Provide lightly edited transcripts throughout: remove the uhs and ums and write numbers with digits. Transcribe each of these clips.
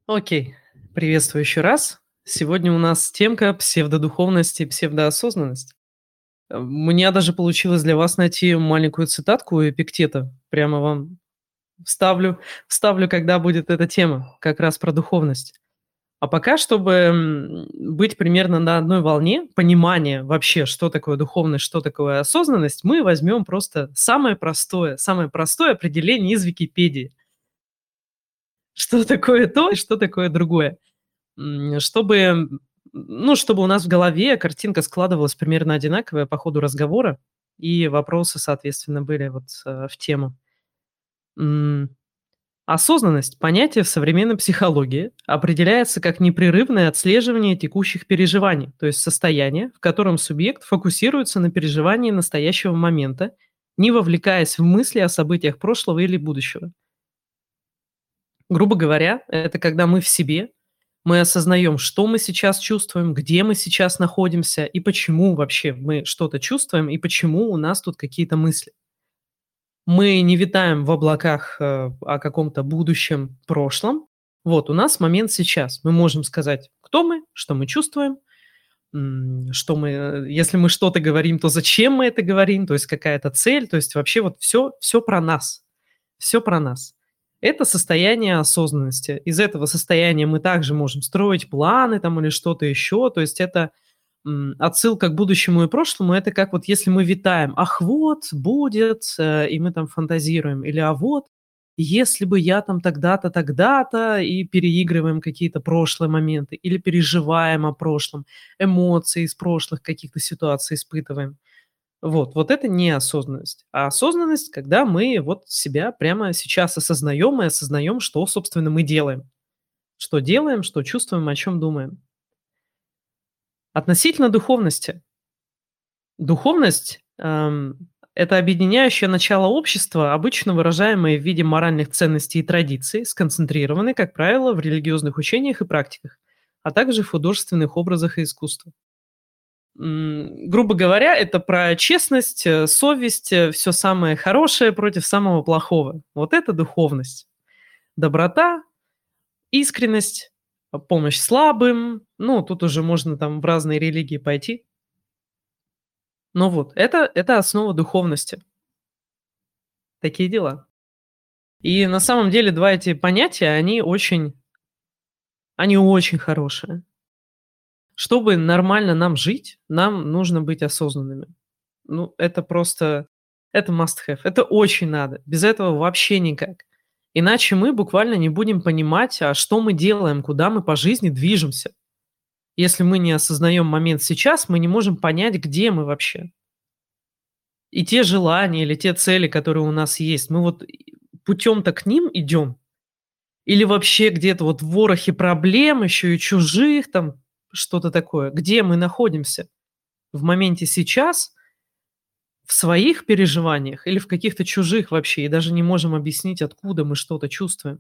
Окей, приветствую еще раз. Сегодня у нас темка псевдодуховность и псевдоосознанность. У меня даже получилось для вас найти маленькую цитатку у Эпиктета. Прямо вам вставлю, когда будет эта тема, как раз про духовность. А пока, чтобы быть примерно на одной волне, понимание вообще, что такое духовность, что такое осознанность, мы возьмем просто самое простое определение из Википедии. Что такое то и что такое другое. Чтобы, чтобы у нас в голове картинка складывалась примерно одинаковая по ходу разговора, и вопросы, соответственно, были вот, в тему. М, Осознанность — понятие в современной психологии, определяется как непрерывное отслеживание текущих переживаний, то есть состояние, в котором субъект фокусируется на переживании настоящего момента, не вовлекаясь в мысли о событиях прошлого или будущего. Грубо говоря, это когда мы в себе, мы осознаем, что мы сейчас чувствуем, где мы сейчас находимся и почему вообще мы что-то чувствуем и почему у нас тут какие-то мысли. Мы не витаем в облаках о каком-то будущем, прошлом. Вот, у нас момент сейчас. Мы можем сказать, кто мы, что мы чувствуем, если мы что-то говорим, то зачем мы это говорим, то есть какая-то цель, то есть вообще вот все про нас. Все про нас. Это состояние осознанности. Из этого состояния мы также можем строить планы там или что-то еще. То есть это отсылка к будущему и прошлому. Это как вот если мы витаем, ах вот, будет, и мы там фантазируем. Или а вот, если бы я там тогда-то, тогда-то, и переигрываем какие-то прошлые моменты, или переживаем о прошлом, эмоции из прошлых каких-то ситуаций испытываем. Вот это не осознанность. А осознанность, когда мы вот себя прямо сейчас осознаем и осознаем, что, собственно, мы делаем. Что делаем, что чувствуем, о чем думаем. Относительно духовности. Духовность это объединяющее начало общества, обычно выражаемое в виде моральных ценностей и традиций, сконцентрированы, как правило, в религиозных учениях и практиках, а также в художественных образах и искусстве. Грубо говоря, это про честность, совесть, все самое хорошее против самого плохого. Вот это духовность. Доброта, искренность, помощь слабым. Ну, тут уже можно там в разные религии пойти. Но вот это основа духовности. Такие дела. И на самом деле 2 эти понятия, они очень хорошие. Чтобы нормально нам жить, нам нужно быть осознанными. Ну, это просто, это must have, это очень надо. Без этого вообще никак. Иначе мы буквально не будем понимать, а что мы делаем, куда мы по жизни движемся. Если мы не осознаем момент сейчас, мы не можем понять, где мы вообще. И те желания или те цели, которые у нас есть, мы вот путем-то к ним идем. Или вообще где-то вот в ворохе проблем, еще и чужих, там что-то такое. Где мы находимся? В моменте сейчас, в своих переживаниях или в каких-то чужих вообще, и даже не можем объяснить, откуда мы что-то чувствуем.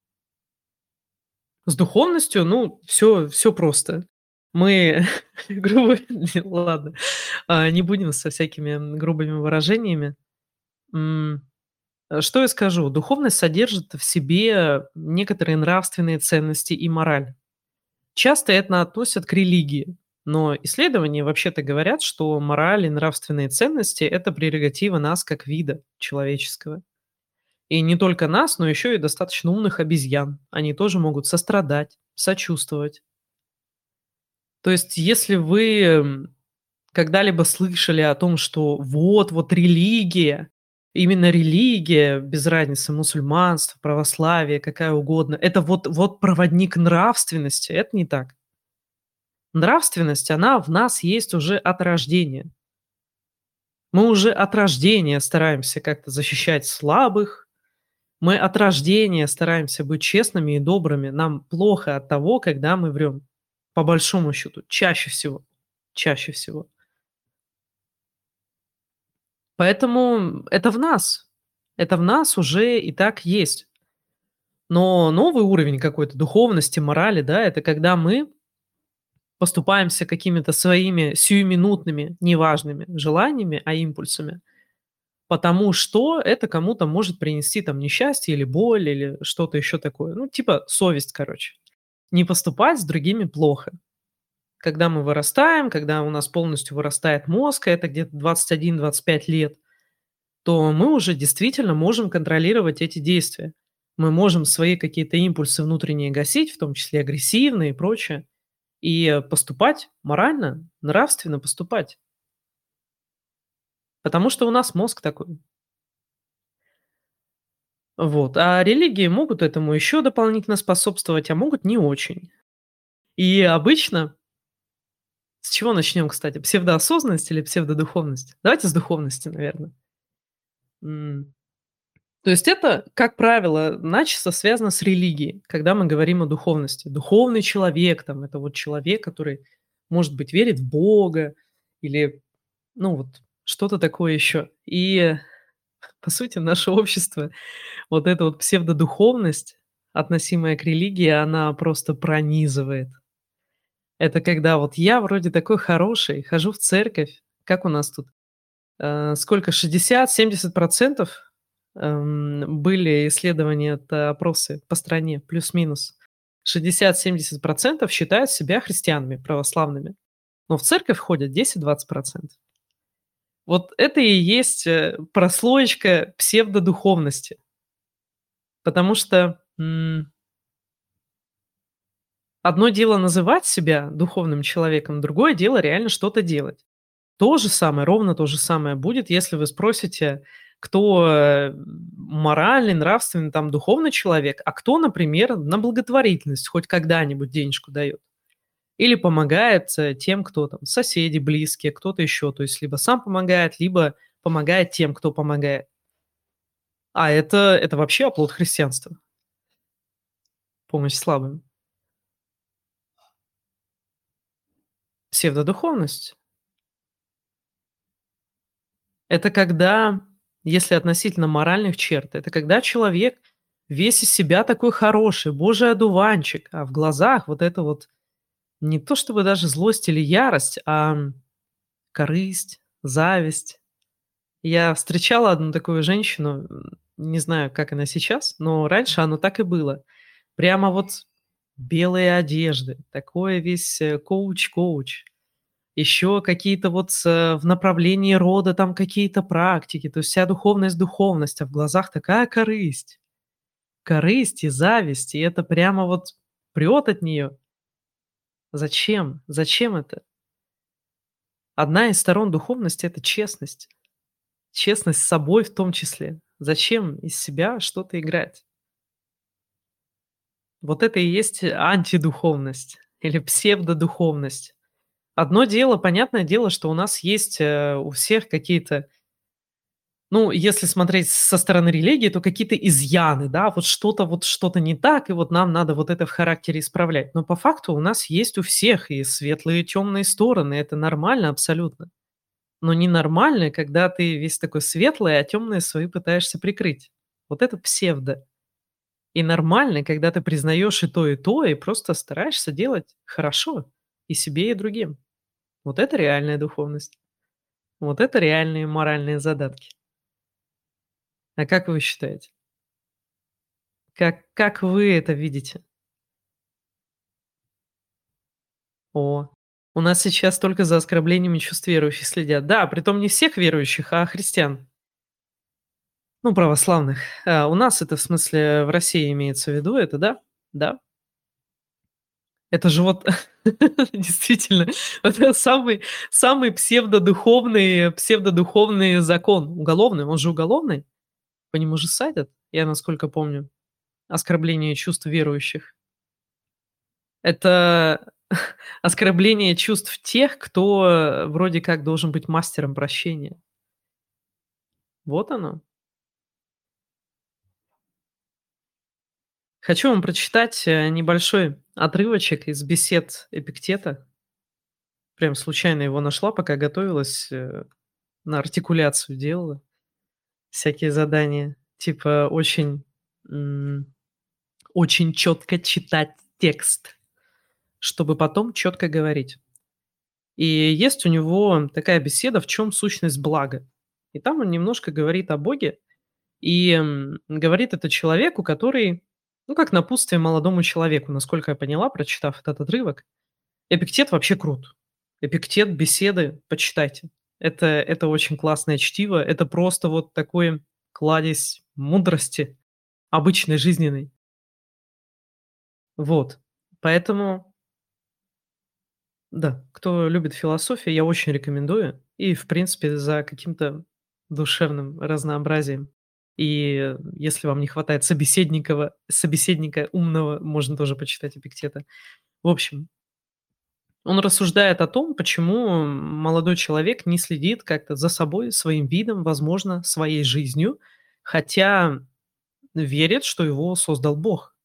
С духовностью, ну, все просто. Мы грубо ладно, не будем со всякими, грубыми выражениями. М, что я скажу? Духовность содержит в себе некоторые нравственные ценности и мораль. Часто это относят к религии, но исследования вообще-то говорят, что мораль и нравственные ценности — это прерогатива нас как вида человеческого. И не только нас, но еще и достаточно умных обезьян. Они тоже могут сострадать, сочувствовать. То есть, если вы когда-либо слышали о том, что вот религия, именно религия, без разницы, мусульманство, православие, какая угодно, это вот проводник нравственности, это не так. Нравственность, она в нас есть уже от рождения. Мы уже от рождения стараемся как-то защищать слабых, мы от рождения стараемся быть честными и добрыми. Нам плохо от того, когда мы врем. По большому счету, чаще всего. Чаще всего. Поэтому это в нас. Это в нас уже и так есть. Но новый уровень какой-то духовности, морали, да, это когда мы поступаемся какими-то своими сиюминутными, неважными желаниями, а импульсами, потому что это кому-то может принести там несчастье или боль, или что-то еще такое. Ну, типа совесть, короче. не поступать с другими плохо. Когда мы вырастаем, когда у нас полностью вырастает мозг, а это где-то 21-25 лет, то мы уже действительно можем контролировать эти действия. Мы можем свои какие-то импульсы внутренние гасить, в том числе агрессивные и прочее, и поступать морально, нравственно поступать. Потому что у нас мозг такой. Вот. А религии могут этому еще дополнительно способствовать, а могут не очень. И обычно с чего начнем, кстати? Псевдоосознанность или псевдодуховность? Давайте с духовности, наверное. То есть это, как правило, начисто связано с религией, когда мы говорим о духовности. Духовный человек, там, это вот человек, который, может быть, верит в Бога или, ну, вот что-то такое еще. И, по сути, наше общество, вот эта вот псевдодуховность, относимая к религии, она просто пронизывает. Это когда вот я вроде такой хороший, хожу в церковь, как у нас тут сколько, 60-70% были исследования, это опросы по стране, плюс-минус. 60-70% считают себя христианами, православными, но в церковь ходят 10-20%. Вот это и есть, прослоечка псевдодуховности. Потому что, одно дело называть себя духовным человеком, другое дело реально что-то делать. То же самое, ровно то же самое будет, если вы спросите, кто, моральный, нравственный, там, духовный человек, а кто, например, на благотворительность хоть когда-нибудь денежку дает. Или помогает, тем, кто там соседи, близкие, кто-то еще. То есть либо сам помогает, либо помогает тем, кто помогает. А это вообще оплот христианства, помощь слабым. Псевдодуховность. Это когда, если относительно моральных черт, это когда человек весь из себя такой хороший, божий одуванчик, а в глазах вот это вот не то чтобы даже злость или ярость, а корысть, зависть. Я встречала одну такую женщину, не знаю, как она сейчас, но раньше оно так и было. Прямо вот белые одежды, такой весь коуч-коуч. Еще какие-то вот в направлении рода там какие-то практики, то есть вся духовность, духовность, а в глазах такая корысть. Корысть и зависть, и это прямо вот прет от нее. Зачем? Зачем это? Одна из сторон духовности — это честность. Честность с собой в том числе. Зачем из себя что-то играть? Вот это и есть антидуховность или псевдодуховность. Одно дело, понятное дело, что у нас есть у всех какие-то. Ну, если смотреть со стороны религии, то какие-то изъяны, да, вот что-то не так, и вот нам надо вот это в характере исправлять. Но по факту у нас есть у всех и светлые, и темные стороны. Это нормально абсолютно. Но ненормально, когда ты весь такой светлый, а темные свои пытаешься прикрыть. Вот это псевдо. И нормально, когда ты признаешь и то, и просто стараешься делать хорошо и себе, и другим. Вот это реальная духовность. Вот это реальные моральные задатки. А как вы считаете? Как вы это видите? О, у нас сейчас только за оскорблениями чувств верующих следят. Да, притом не всех верующих, а христиан. Ну, православных. У нас это, в смысле, в России имеется в виду, это да? Да. Это же вот действительно, это самый псевдодуховный закон. Уголовный, он же уголовный, по нему же садят, я насколько помню. Оскорбление чувств верующих. Это оскорбление чувств тех, кто, вроде как должен быть мастером прощения. Вот оно. Хочу вам прочитать, небольшой отрывочек из бесед Эпиктета. Прям случайно его нашла, пока готовилась, на артикуляцию делала всякие задания. Типа м, очень четко читать текст, чтобы потом четко говорить. И есть у него такая беседа "В чем сущность блага?" И там он немножко говорит о Боге, и, говорит это человеку, который Ну, как напутствие молодому человеку, насколько я поняла, прочитав этот отрывок. Эпиктет вообще крут. Эпиктет, беседы, почитайте. Это очень классное чтиво. Это просто вот такой кладезь мудрости обычной, жизненной. Вот. Поэтому, да, кто любит философию, я очень рекомендую. И, в принципе, за каким-то душевным разнообразием. И если вам не хватает собеседника умного, можно тоже почитать Эпиктета. В общем, он рассуждает о том, почему молодой человек не следит как-то за собой, своим видом, возможно, своей жизнью, хотя верит, что его создал Бог.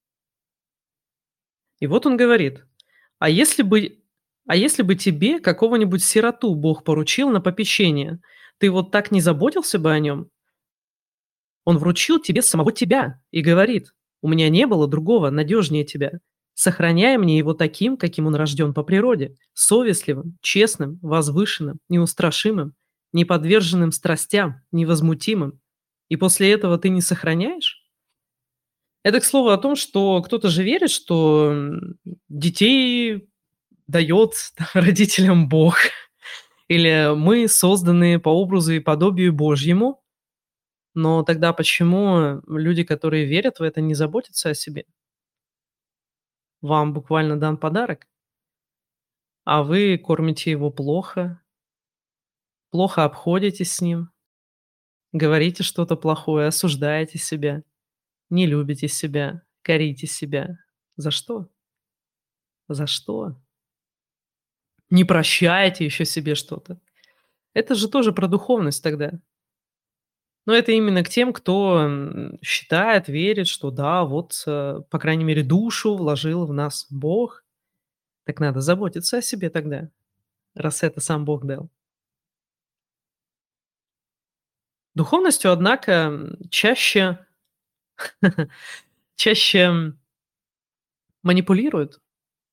И вот он говорит: "А если бы а если бы тебе какого-нибудь сироту Бог поручил на попечение, ты вот так не заботился бы о нем? Он вручил тебе самого тебя и говорит: "У меня не было другого надежнее тебя. Сохраняй мне его таким, каким он рожден по природе, совестливым, честным, возвышенным, неустрашимым, неподверженным страстям, невозмутимым. И после этого ты не сохраняешь?" Это, к слову, о том, что кто-то же верит, что, детей дает родителям Бог, или мы созданы по образу и подобию Божьему. Но тогда почему люди, которые верят в это, не заботятся о себе? Вам буквально дан подарок, а вы кормите его плохо, плохо обходитесь с ним, говорите что-то плохое, осуждаете себя, не любите себя, корите себя. За что? За что? Не прощаете еще себе что-то. Это же тоже про духовность тогда. Но это именно к тем, кто считает, верит, что да, вот, по крайней мере, душу вложил в нас Бог. Так надо заботиться о себе тогда. Раз это сам Бог дал. Духовностью, однако, чаще манипулируют,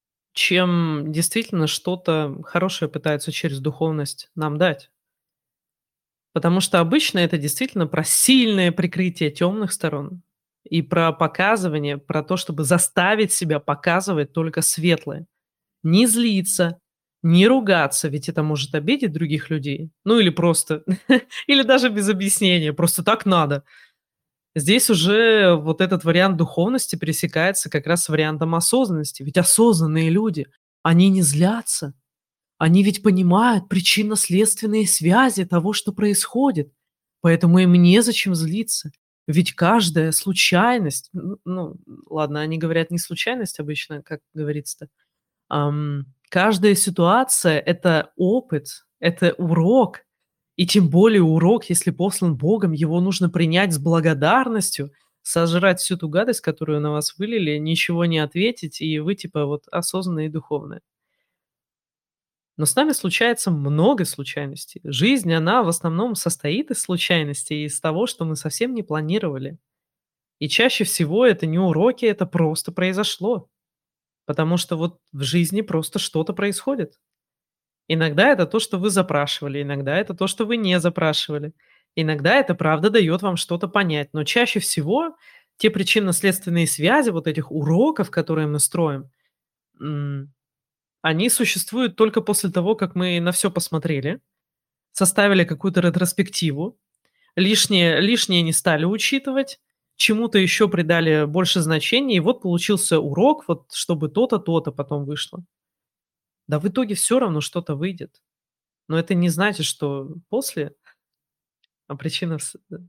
чем действительно что-то хорошее пытаются через духовность нам дать. Потому что обычно это действительно про сильное прикрытие темных сторон и про показывание, про то, чтобы заставить себя показывать только светлое. Не злиться, не ругаться, ведь это может обидеть других людей. Ну или просто, или даже без объяснения, просто так надо. Здесь уже вот этот вариант духовности пересекается как раз с вариантом осознанности. Ведь осознанные люди, они не злятся. Они ведь понимают причинно-следственные связи того, что происходит. Поэтому им незачем злиться. Ведь каждая случайность, ну, ладно, они говорят не случайность обычно, как говорится-то, каждая ситуация — это опыт, это урок. И тем более урок, если послан Богом, его нужно принять с благодарностью, сожрать всю ту гадость, которую на вас вылили, ничего не ответить, и вы типа вот осознанные и духовные. Но с нами случается много случайностей. Жизнь, она в основном состоит из случайностей, из того, что мы совсем не планировали. И чаще всего это не уроки, это просто произошло. Потому что вот в жизни просто что-то происходит. Иногда это то, что вы запрашивали, иногда это то, что вы не запрашивали. Иногда это правда дает вам что-то понять, но чаще всего те причинно-следственные связи вот этих уроков, которые мы строим, м, они существуют только после того, как мы на все посмотрели, составили какую-то ретроспективу, лишнее не стали учитывать, чему-то еще придали больше значения, и вот получился урок, вот чтобы то-то, то-то потом вышло. Да в итоге все равно что-то выйдет. Но это не значит, что после, а причина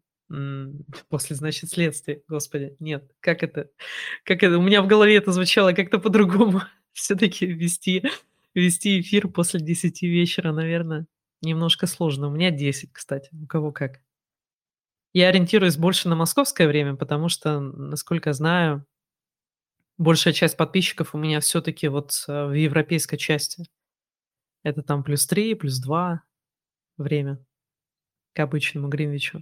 после, значит, следствие. Господи, нет, как это? Как это? У меня в голове это звучало как-то по-другому. Все таки вести эфир после 10 вечера, наверное, немножко сложно. У меня 10, кстати, у кого как. Я ориентируюсь больше на московское время, потому что, насколько знаю, большая часть подписчиков у меня все таки вот, в европейской части. Это там +3, +2 время к обычному Гринвичу.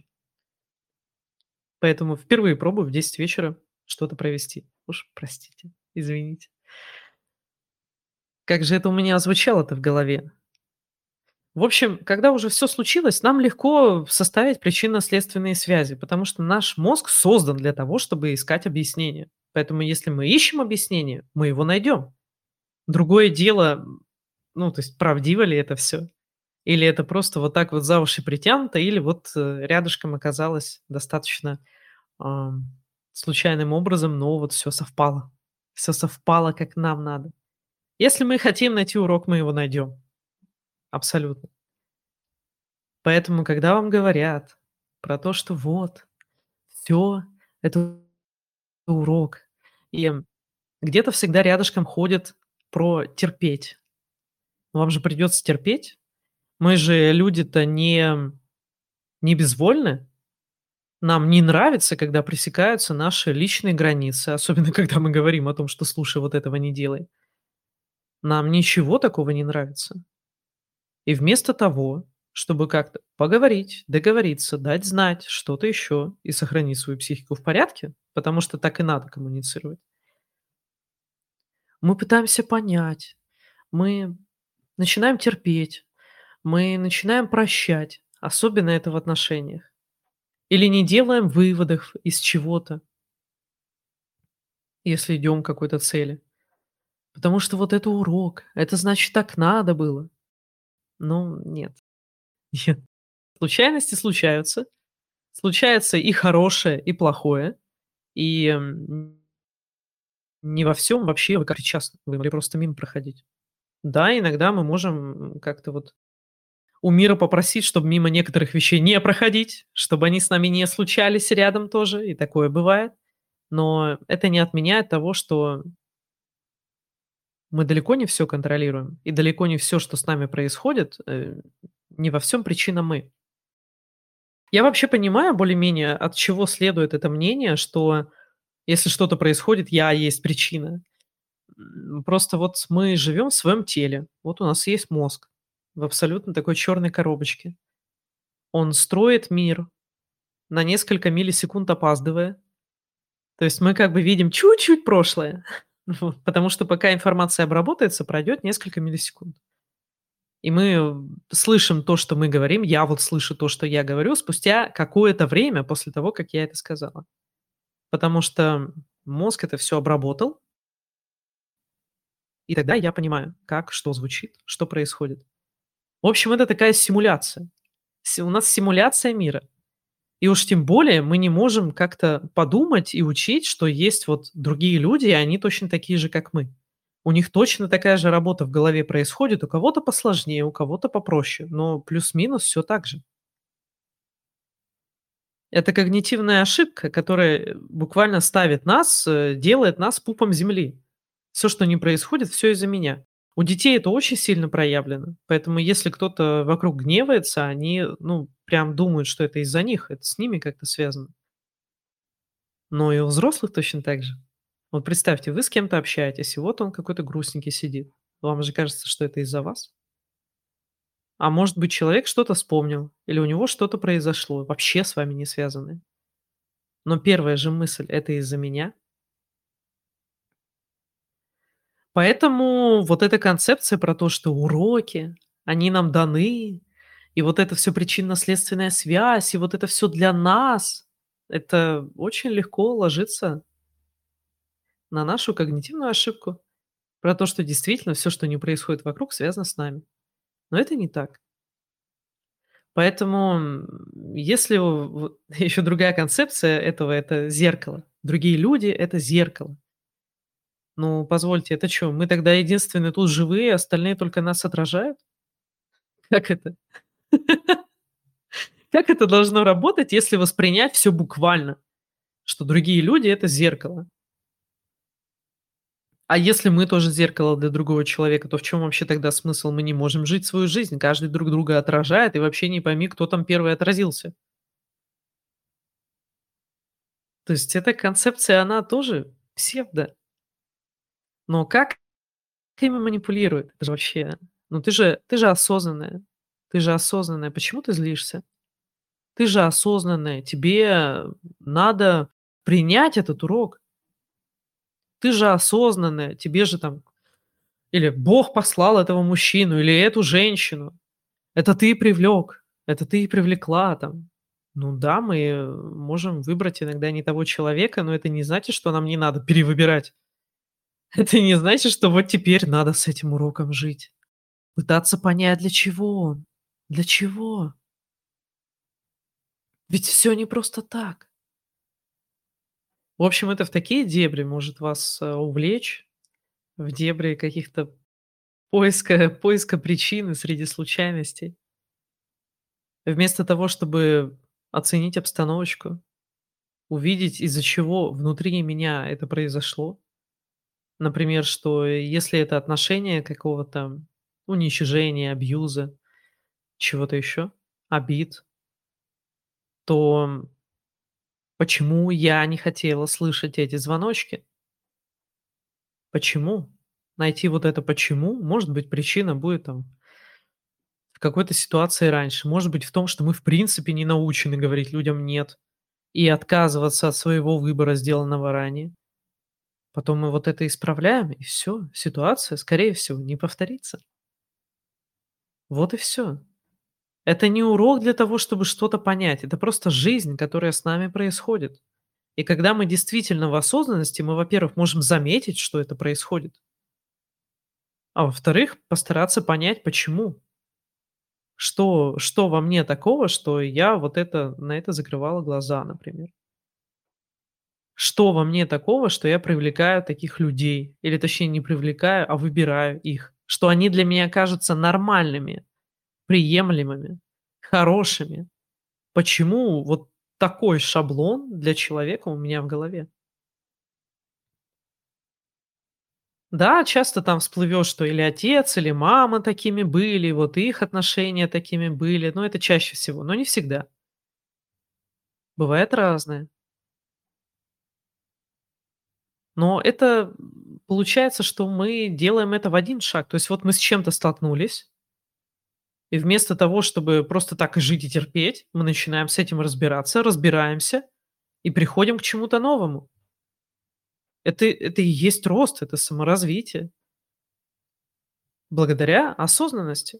Поэтому впервые пробую в 10 вечера что-то провести. Уж простите, извините. Как же это у меня звучало-то в голове? В общем, когда уже все случилось, нам легко составить причинно-следственные связи, потому что наш мозг создан для того, чтобы искать объяснения. Поэтому если мы ищем объяснение, мы его найдем. Другое дело, ну, то есть правдиво ли это все, или это просто вот так вот за уши притянуто, или вот, рядышком оказалось достаточно, ам, случайным образом, но вот все совпало. Все совпало, как нам надо. Если мы хотим найти урок, мы его найдем. Абсолютно. Поэтому, когда вам говорят про то, что вот все это урок, и где-то всегда рядышком ходит про терпеть. Но вам же придется терпеть. Мы же люди-то не безвольны. Нам не нравится, когда пресекаются наши личные границы, особенно когда мы говорим о том, что: "Слушай, вот этого не делай". Нам ничего такого не нравится. И вместо того, чтобы как-то поговорить, договориться, дать знать, что-то еще и сохранить свою психику в порядке, потому что так и надо коммуницировать, мы пытаемся понять, мы начинаем терпеть, мы начинаем прощать, особенно это в отношениях. Или не делаем выводов из чего-то, если идем к какой-то цели. Потому что вот это урок, это значит так надо было. Ну, нет. Нет. Случайности случаются. Случается и хорошее, и плохое. И не во всем вообще вы как причастны. Вы могли просто мимо проходить. Да, иногда мы можем как-то вот у мира попросить, чтобы мимо некоторых вещей не проходить, чтобы они с нами не случались рядом тоже, и такое бывает. Но это не отменяет того, что мы далеко не все контролируем, и далеко не все, что с нами происходит, не во всем причина мы. Я вообще понимаю более-менее, от чего следует это мнение, что если что-то происходит, я есть причина. Просто вот мы живем в своем теле. Вот у нас есть мозг в абсолютно такой черной коробочке. Он строит мир на несколько миллисекунд опаздывая. То есть мы как бы видим чуть-чуть прошлое, вот, потому что пока информация обработается, пройдет несколько миллисекунд. И мы, слышим то, что мы говорим. Я вот слышу то, что я говорю, спустя какое-то время после того, как я это сказала. Потому что мозг это все обработал, и тогда я понимаю, как, что звучит, что происходит. В общем, это такая симуляция. У нас симуляция мира. И уж тем более мы не можем как-то подумать и учить, что есть вот другие люди, и они точно такие же, как мы. У них точно такая же работа в голове происходит, у кого-то посложнее, у кого-то попроще, но плюс-минус все так же. Это когнитивная ошибка, которая буквально ставит нас, делает нас пупом земли. Все, что не происходит, все из-за меня. У детей это очень сильно проявлено, поэтому если кто-то вокруг гневается, они, ну, прям думают, что это из-за них, это с ними как-то связано. Но и у взрослых точно так же. Вот представьте, вы с кем-то общаетесь, и вот он какой-то грустненький сидит. Вам же кажется, что это из-за вас. А может быть, человек что-то вспомнил, или у него что-то произошло, вообще с вами не связанное. Но первая же мысль — это из-за меня. Поэтому вот эта концепция про то, что уроки, они нам даны, и вот это все причинно-следственная связь, и вот это все для нас, это очень легко ложится на нашу когнитивную ошибку. Про то, что действительно все, что не происходит вокруг, связано с нами. Но это не так. Поэтому, если еще другая концепция этого — это зеркало. Другие люди — это зеркало. Ну, позвольте, это что, мы тогда единственные тут живые, остальные только нас отражают? Как это? Как это должно работать, если воспринять все буквально, что другие люди — это зеркало? А если мы тоже зеркало для другого человека, то в чем вообще тогда смысл? Мы не можем жить свою жизнь, каждый друг друга отражает, и вообще не пойми, кто там первый отразился. То есть эта концепция, она тоже псевдо. Но как ими манипулируют? Это же вообще, ну ты же осознанная. Ты же осознанная. Почему ты злишься? Ты же осознанная. Тебе надо принять этот урок. Ты же осознанная. Тебе же там или Бог послал этого мужчину, или эту женщину. Это ты привлек. Это ты привлекла там. Ну да, мы можем выбрать иногда не того человека, но это не значит, что нам не надо перевыбирать. Это не значит, что вот теперь надо с этим уроком жить. Пытаться понять, для чего он. Для чего? Ведь все не просто так. В общем, это в такие дебри может вас увлечь, в дебри каких-то поиска причины среди случайностей. Вместо того, чтобы оценить обстановочку, увидеть, из-за чего внутри меня это произошло. Например, что если это отношение какого-то уничижения, абьюза, чего-то еще, обид, то почему я не хотела слышать эти звоночки? Почему? Найти вот это почему. Может быть, причина будет там в какой-то ситуации раньше. Может быть, в том, что мы в принципе не научены говорить людям «нет» и отказываться от своего выбора, сделанного ранее. Потом мы вот это исправляем, и все. Ситуация, скорее всего, не повторится. Вот и все. Это не урок для того, чтобы что-то понять. Это просто жизнь, которая с нами происходит. И когда мы действительно в осознанности, мы, во-первых, можем заметить, что это происходит, а во-вторых, постараться понять, почему. Что во мне такого, что я вот на это закрывала глаза, например. Что во мне такого, что я привлекаю таких людей? Или точнее не привлекаю, а выбираю их. Что они для меня кажутся нормальными, приемлемыми, хорошими. Почему вот такой шаблон для человека у меня в голове? Да, часто там всплывет, что или отец, или мама такими были, вот их отношения такими были, но это чаще всего, но не всегда. Бывает разное. Но это получается, что мы делаем это в один шаг. То есть вот мы с чем-то столкнулись, и вместо того, чтобы просто так и жить и терпеть, мы начинаем с этим разбираться, разбираемся и приходим к чему-то новому. Это и есть рост, это саморазвитие благодаря осознанности.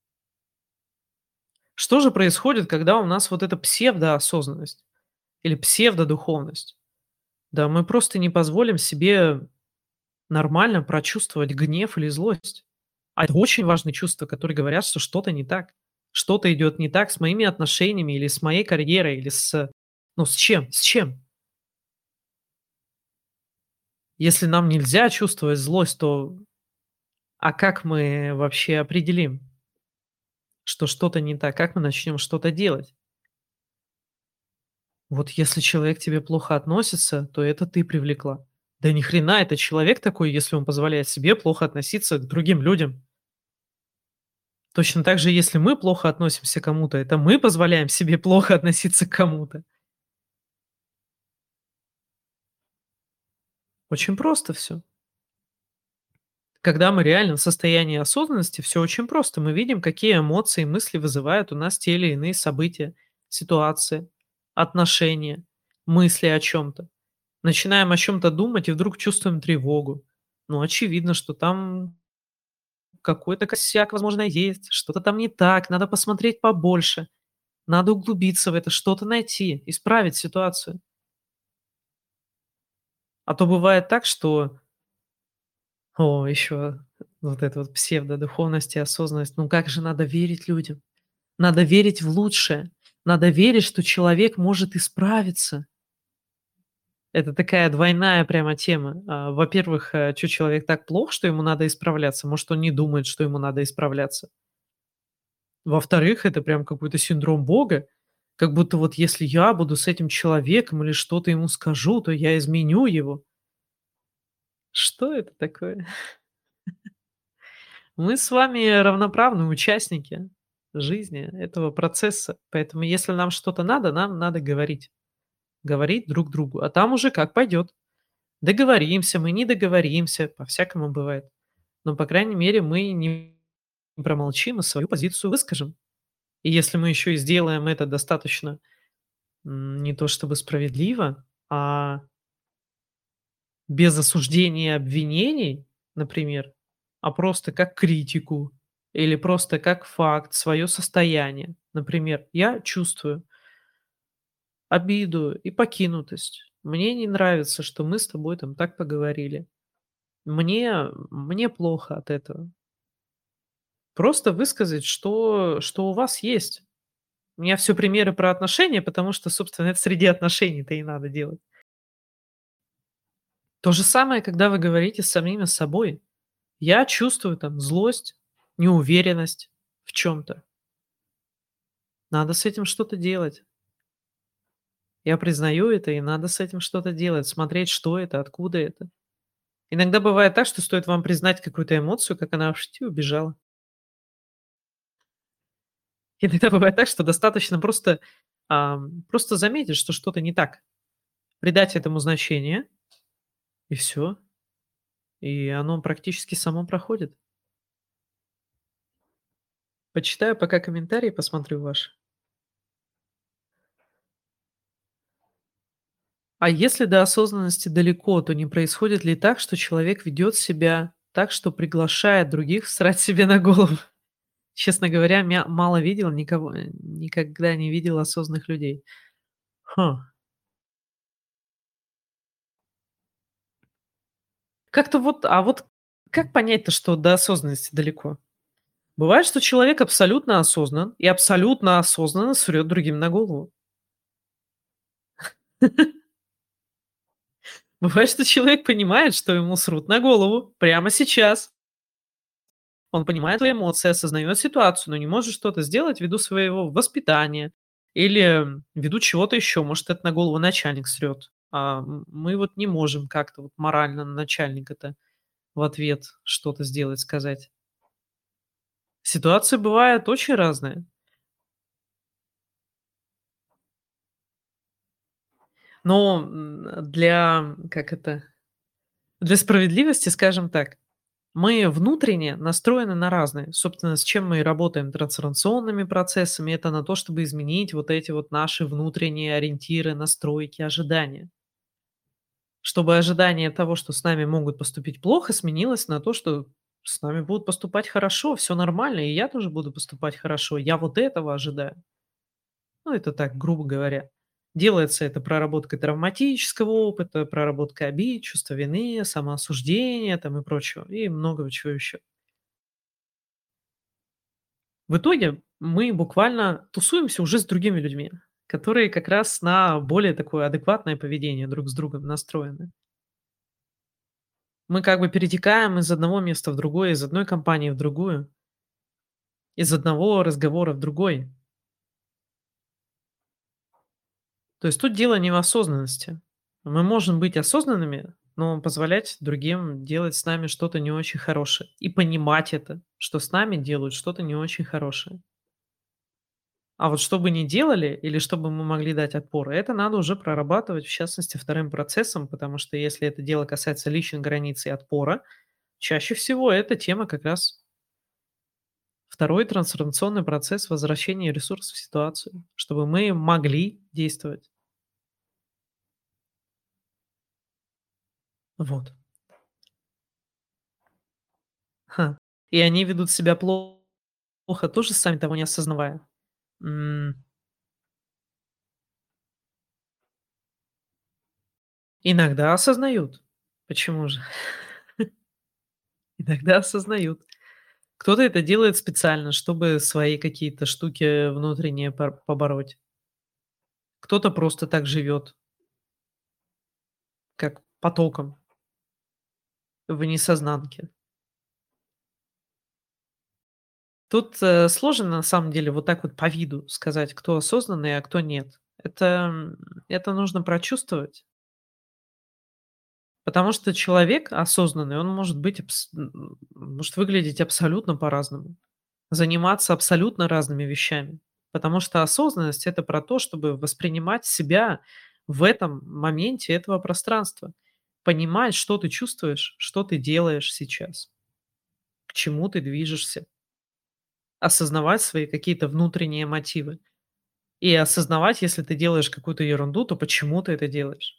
Что же происходит, когда у нас вот эта псевдоосознанность или псевдодуховность? Да мы просто не позволим себе нормально прочувствовать гнев или злость. А это очень важные чувства, которые говорят, что что-то не так. Что-то идет не так с моими отношениями или с моей карьерой, или ну, с чем? С чем? Если нам нельзя чувствовать злость, то как мы вообще определим, что что-то не так? Как мы начнем что-то делать? Вот если человек к тебе плохо относится, то это ты привлекла. Да ни хрена, это человек такой, если он позволяет себе плохо относиться к другим людям. Точно так же, если мы плохо относимся к кому-то, это мы позволяем себе плохо относиться к кому-то. Очень просто все. Когда мы реально в состоянии осознанности, все очень просто. Мы видим, какие эмоции и мысли вызывают у нас те или иные события, ситуации, отношения, мысли о чем-то. Начинаем о чем то думать и вдруг чувствуем тревогу. Ну, очевидно, что там какой-то косяк, возможно, есть, что-то там не так, надо посмотреть побольше, надо углубиться в это, что-то найти, исправить ситуацию. А то бывает так, что, еще вот эта вот псевдодуховность и осознанность. Ну как же надо верить людям? Надо верить в лучшее. Надо верить, что человек может исправиться. Это такая двойная прямо тема. Во-первых, чё человек так плох, что ему надо исправляться? Может, он не думает, что ему надо исправляться? Во-вторых, это прям какой-то синдром Бога. Как будто вот если я буду с этим человеком или что-то ему скажу, то я изменю его. Что это такое? Мы с вами равноправные участники жизни этого процесса. Поэтому если нам что-то надо, нам надо говорить. Говорить друг другу. А там уже как пойдет. Договоримся, мы не договоримся, по-всякому бывает. Но, по крайней мере, мы не промолчим и свою позицию выскажем. И если мы еще и сделаем это достаточно не то чтобы справедливо, а без осуждения и обвинений, например, а просто как критику или просто как факт, свое состояние. Например, я чувствую, обиду и покинутость. Мне не нравится, что мы с тобой там так поговорили. Мне плохо от этого. Просто высказать, что у вас есть. У меня все примеры про отношения, потому что, собственно, это среди отношений-то и надо делать. То же самое, когда вы говорите с самими собой. Я чувствую там злость, неуверенность в чем то. Надо с этим что-то делать. Я признаю это, и надо с этим что-то делать, смотреть, что это, откуда это. Иногда бывает так, что стоит вам признать какую-то эмоцию, как она и убежала. Иногда бывает так, что достаточно просто заметить, что что-то не так, придать этому значение, и все, и оно практически само проходит. Почитаю пока комментарии, посмотрю ваши. А если до осознанности далеко, то не происходит ли так, что человек ведет себя так, что приглашает других срать себе на голову? Честно говоря, мало видел никого, никогда не видел осознанных людей. Хм. Как-то вот как понять-то, что до осознанности далеко? Бывает, что человек абсолютно осознан и абсолютно осознанно срет другим на голову. Бывает, что человек понимает, что ему срут на голову прямо сейчас. Он понимает свои эмоции, осознает ситуацию, но не может что-то сделать ввиду своего воспитания или ввиду чего-то еще. Может, это на голову начальник срет. Мы вот не можем как-то вот морально на начальника-то в ответ что-то сделать, сказать. Ситуации бывают очень разные. Но для справедливости, скажем так, мы внутренне настроены на разные. Собственно, с чем мы и работаем трансформационными процессами, это на то, чтобы изменить вот эти вот наши внутренние ориентиры, настройки, ожидания. Чтобы ожидание того, что с нами могут поступить плохо, сменилось на то, что с нами будут поступать хорошо, все нормально, и я тоже буду поступать хорошо. Я вот этого ожидаю. Ну, это так, грубо говоря. Делается это проработкой травматического опыта, проработкой обид, чувства вины, самоосуждения там и прочего, и многого чего еще. В итоге мы буквально тусуемся уже с другими людьми, которые как раз на более такое адекватное поведение друг с другом настроены. Мы как бы перетекаем из одного места в другое, из одной компании в другую, из одного разговора в другой. То есть тут дело не в осознанности. Мы можем быть осознанными, но позволять другим делать с нами что-то не очень хорошее. И понимать это, что с нами делают что-то не очень хорошее. А вот что бы ни делали или чтобы мы могли дать отпор, это надо уже прорабатывать, в частности, вторым процессом, потому что если это дело касается личных границ и отпора, чаще всего это тема как раз второй трансформационный процесс возвращения ресурсов в ситуацию, чтобы мы могли действовать. Вот. Ха. И они ведут себя плохо, тоже сами того не осознавая. М, Иногда осознают. Почему же? Иногда осознают. Кто-то это делает специально, чтобы свои какие-то штуки внутренние побороть. Кто-то просто так живет, как потоком в несознанке. Тут, сложно на самом деле вот так вот по виду сказать, кто осознанный, а кто нет. Это нужно прочувствовать, потому что человек осознанный, он может быть может выглядеть абсолютно по-разному, заниматься абсолютно разными вещами. Потому что осознанность — это про то, чтобы воспринимать себя в этом моменте этого пространства, понимать, что ты чувствуешь, что ты делаешь сейчас, к чему ты движешься, осознавать свои какие-то внутренние мотивы. И осознавать, если ты делаешь какую-то ерунду, то почему ты это делаешь.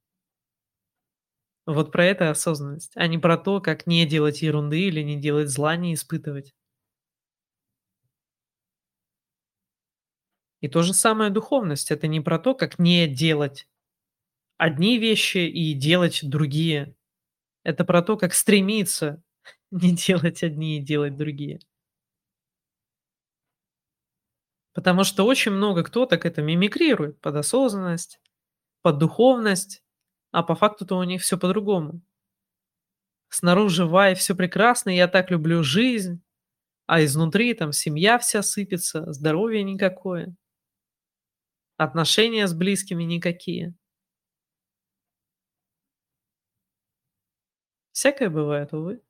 Вот про это осознанность, а не про то, как не делать ерунды или не делать зла, не испытывать. И то же самое духовность. Это не про то, как не делать одни вещи и делать другие. Это про то, как стремиться не делать одни и делать другие. Потому что очень много кто так это мимикрирует под осознанность, под духовность, а по факту-то у них все по-другому. Снаружи вай, все прекрасно, я так люблю жизнь, а изнутри там семья вся сыпется, здоровья никакое, отношения с близкими никакие. Всякое бывает, увы.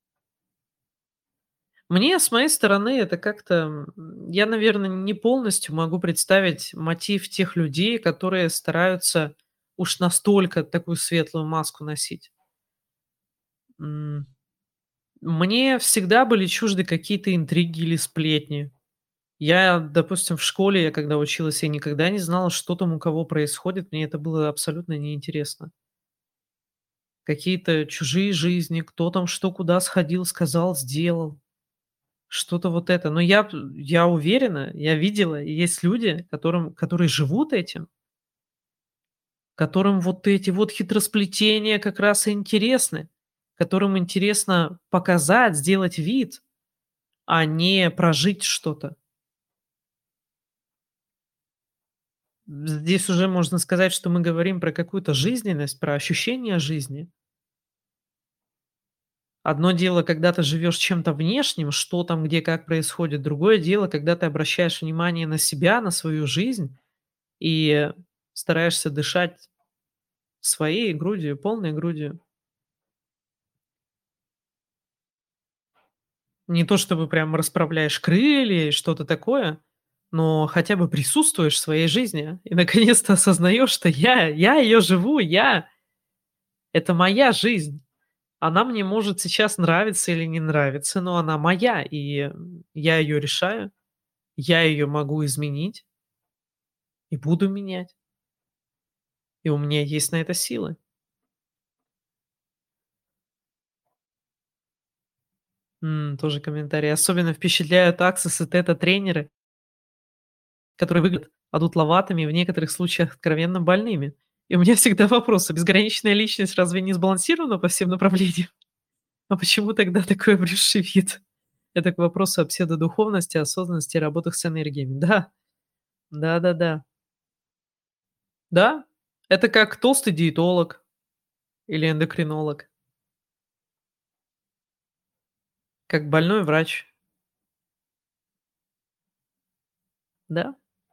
Мне, с моей стороны, это как-то, я, наверное, не полностью могу представить мотив тех людей, которые стараются уж настолько такую светлую маску носить. М, Мне всегда были чужды какие-то интриги или сплетни. Я, допустим, в школе, я когда училась, я никогда не знала, что там у кого происходит. Мне это было абсолютно неинтересно. Какие-то чужие жизни, кто там что куда сходил, сказал, сделал. Что-то вот это. Но я уверена, я видела, и есть люди, которые живут этим, которым вот эти вот хитросплетения как раз и интересны, которым интересно показать, сделать вид, а не прожить что-то. Здесь уже можно сказать, что мы говорим про какую-то жизненность, про ощущение жизни. Одно дело, когда ты живешь чем-то внешним, что там, где, как происходит. Другое дело, когда ты обращаешь внимание на себя, на свою жизнь и стараешься дышать своей грудью, полной грудью. Не то чтобы прям расправляешь крылья и что-то такое, но хотя бы присутствуешь в своей жизни и наконец-то осознаешь, что я ее живу, это моя жизнь. Она мне может сейчас нравиться или не нравиться, но она моя, и я ее решаю, я ее могу изменить и буду менять, и у меня есть на это силы. Тоже комментарий. Особенно впечатляют Access и тета-тренеры, которые выглядят одутловатыми, в некоторых случаях откровенно больными. И у меня всегда вопрос: а безграничная личность разве не сбалансирована по всем направлениям? А почему тогда такой обрюзший вид? Это к вопросу о псевдодуховности, осознанности и работах с энергиями. Да, да-да-да. Да, это как толстый диетолог или эндокринолог, как больной врач. Да.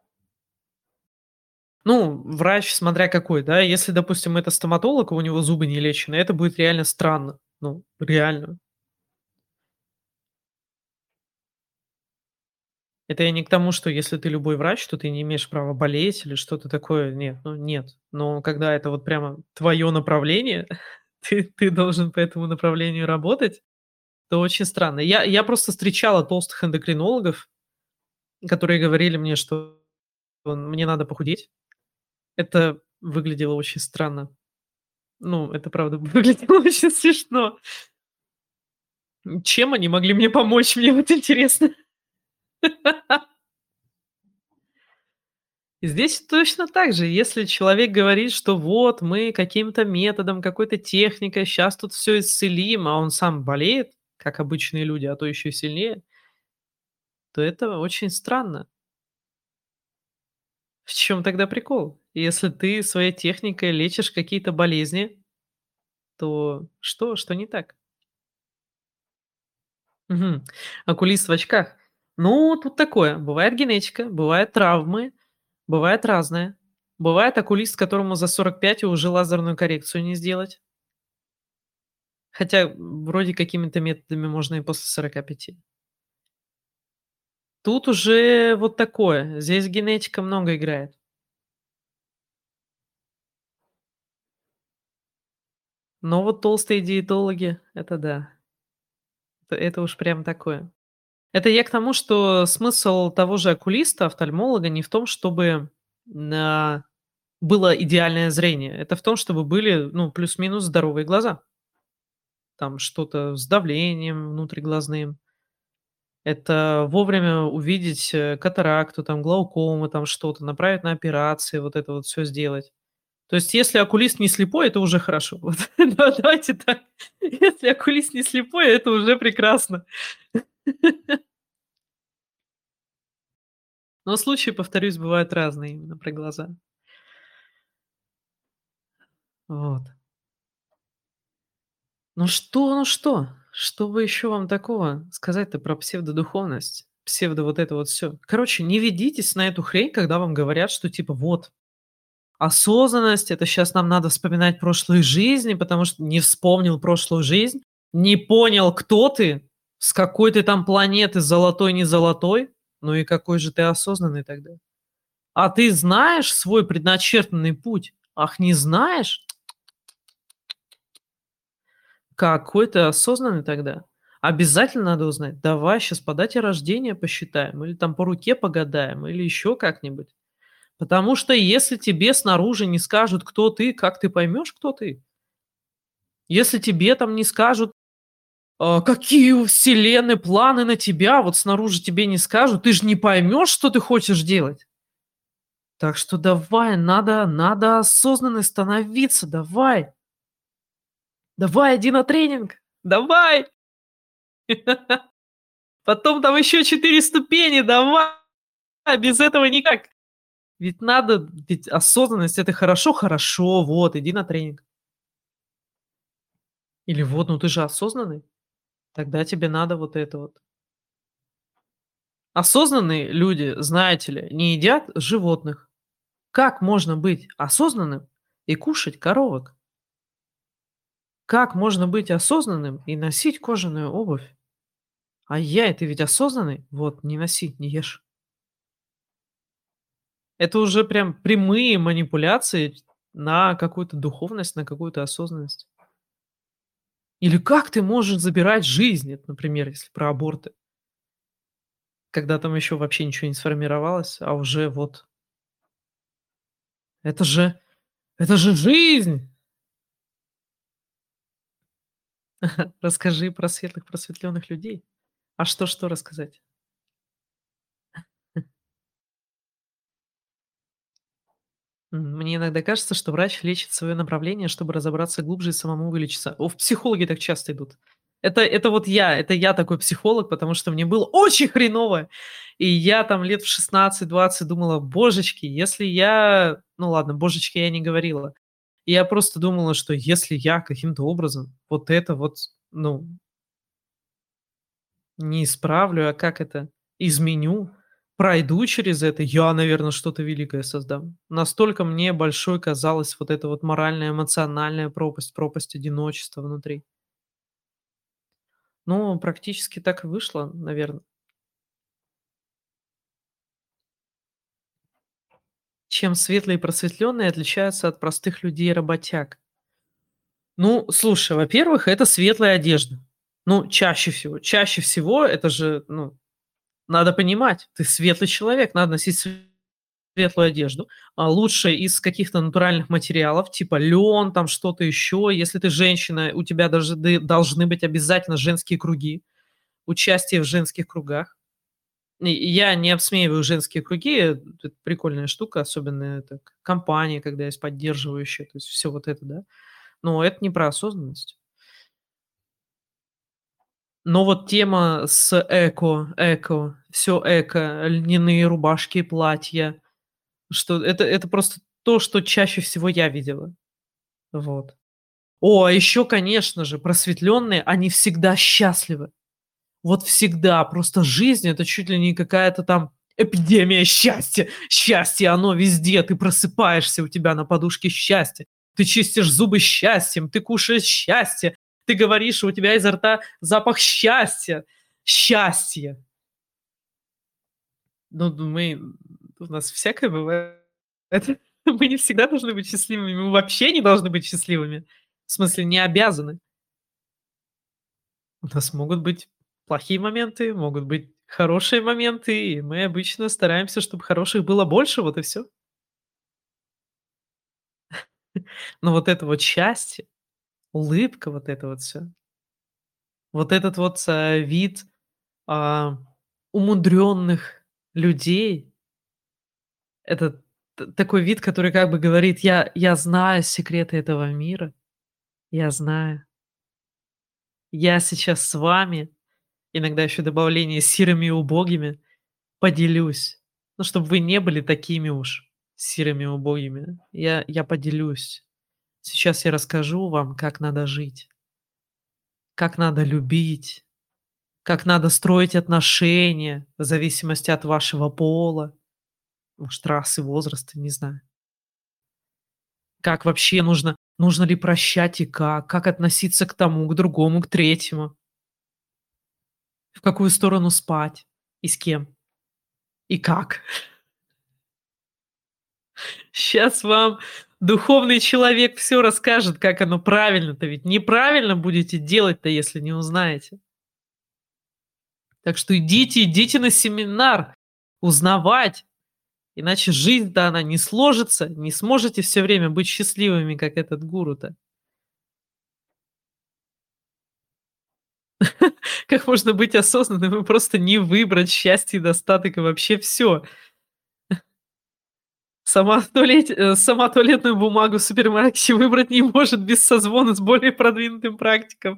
Ну, врач, смотря какой, да. Если, допустим, это стоматолог, и у него зубы не лечены, это будет реально странно. Ну, реально. Это я не к тому, что если ты любой врач, то ты не имеешь права болеть или что-то такое. Нет, ну нет. Но когда это вот прямо твое направление, ты должен по этому направлению работать, то очень странно. Я просто встречала толстых эндокринологов, которые говорили мне, что мне надо похудеть. Это выглядело очень странно. Ну, это правда выглядело очень смешно. Чем они могли мне помочь, мне вот интересно. И здесь точно так же. Если человек говорит, что вот мы каким-то методом, какой-то техникой сейчас тут все исцелим, а он сам болеет, как обычные люди, а то еще и сильнее, то это очень странно. В чем тогда прикол? Если ты своей техникой лечишь какие-то болезни, то что не так? Мгм. Окулист в очках. Ну, тут такое. Бывает генетика, бывают травмы, бывает разное. Бывает окулист, которому за 45 и уже лазерную коррекцию не сделать. Хотя вроде какими-то методами можно и после 45. Тут уже вот такое. Здесь генетика много играет. Но вот толстые диетологи — это да. Это уж прям такое. Это я к тому, что смысл того же окулиста, офтальмолога не в том, чтобы на было идеальное зрение. Это в том, чтобы были, ну, плюс-минус здоровые глаза. Там что-то с давлением внутриглазным, Это вовремя увидеть, катаракту, там, глаукому, там что-то, направить на операции, вот это вот все сделать. То есть если окулист не слепой, это уже хорошо. Вот, да, давайте так. Если окулист не слепой, это уже прекрасно. Но случаи, повторюсь, бывают разные именно про глаза. Вот. Ну что? Что бы еще вам такого сказать-то про псевдодуховность? Псевдо вот это вот все. Короче, не ведитесь на эту хрень, когда вам говорят, что типа вот осознанность — это сейчас нам надо вспоминать прошлые жизни, потому что не вспомнил прошлую жизнь, не понял, кто ты, с какой ты там планеты, золотой, не золотой. Ну и какой же ты осознанный тогда? А ты знаешь свой предначертанный путь? Ах, не знаешь? Какой ты осознанный тогда? Обязательно надо узнать. Давай сейчас по дате рождения посчитаем, или там по руке погадаем, или еще как-нибудь. Потому что если тебе снаружи не скажут, кто ты, как ты поймешь, кто ты? Если тебе там не скажут, какие у Вселенной планы на тебя, вот снаружи тебе не скажут, ты же не поймешь, что ты хочешь делать. Так что давай, надо осознанной становиться, давай. Давай, иди на тренинг, давай. Потом там еще 4 ступени, давай. Без этого никак. Ведь надо, ведь осознанность — это хорошо, хорошо, вот, иди на тренинг. Или вот, ну ты же осознанный, тогда тебе надо вот это вот. Осознанные люди, знаете ли, не едят животных. Как можно быть осознанным и кушать коровок? Как можно быть осознанным и носить кожаную обувь? Ты ведь осознанный? Вот, не носи, не ешь. Это уже прям прямые манипуляции на какую-то духовность, на какую-то осознанность. Или как ты можешь забирать жизнь, это, например, если про аборты, когда там еще вообще ничего не сформировалось, а уже вот. Это же, это же жизнь! Расскажи про светлых просветленных людей. А что рассказать? Мне иногда кажется, что врач лечит свое направление, чтобы разобраться глубже и самому вылечиться. В психологи так часто идут. Это я такой психолог, потому что мне было очень хреново. И я там лет в 16-20 думала: "Божечки, если я". Ну ладно, божечки я не говорила. Я просто думала, что если я каким-то образом вот это вот, ну, не исправлю, а как это, изменю, пройду через это, я, наверное, что-то великое создам. Настолько мне большой казалась вот эта вот моральная, эмоциональная пропасть, пропасть одиночества внутри. Ну, практически так и вышло, наверное. Чем светлые и просветленные отличаются от простых людей и работяг? Ну, слушай, во-первых, это светлая одежда. Ну, чаще всего. Чаще всего это же, ну, надо понимать, ты светлый человек, надо носить светлую одежду. Лучше из каких-то натуральных материалов, типа лен, там что-то еще. Если ты женщина, у тебя даже должны быть обязательно женские круги, участие в женских кругах. И я не обсмеиваю женские круги, это прикольная штука, особенно это компания, когда есть поддерживающая, то есть все вот это, да. Но это не про осознанность. Но вот тема с все эко, льняные рубашки, платья, что это просто то, что чаще всего я видела. Вот. А еще, конечно же, просветленные, они всегда счастливы. Вот всегда. Просто жизнь — это чуть ли не какая-то там эпидемия счастья. Счастье, оно везде. Ты просыпаешься, у тебя на подушке счастье. Ты чистишь зубы счастьем, ты кушаешь счастье. Ты говоришь, у тебя изо рта запах счастья. Счастье. У нас всякое бывает. Мы не всегда должны быть счастливыми. Мы вообще не должны быть счастливыми. В смысле, не обязаны. У нас могут быть плохие моменты, могут быть хорошие моменты, и мы обычно стараемся, чтобы хороших было больше, вот и все. Но вот это вот счастье, улыбка, вот это вот все, вот этот вот, вид, умудренных людей. Это такой вид, который как бы говорит: "Я знаю секреты этого мира, я знаю, я сейчас с вами", иногда еще добавление "серыми и убогими", поделюсь. Ну, чтобы вы не были такими уж серыми и убогими. Я поделюсь. Сейчас я расскажу вам, как надо жить, как надо любить, как надо строить отношения в зависимости от вашего пола, может, расы, возраста, не знаю. Как вообще нужно ли прощать и как относиться к тому, к другому, к третьему, в какую сторону спать и с кем, и как. Сейчас вам духовный человек все расскажет, как оно правильно-то, ведь неправильно будете делать-то, если не узнаете. Так что идите на семинар узнавать, иначе жизнь-то она не сложится, не сможете все время быть счастливыми, как этот гуру-то. Как можно быть осознанным и просто не выбрать счастье и достаток и вообще все. Сама туалетную бумагу в супермаркете выбрать не может без созвона с более продвинутым практиком.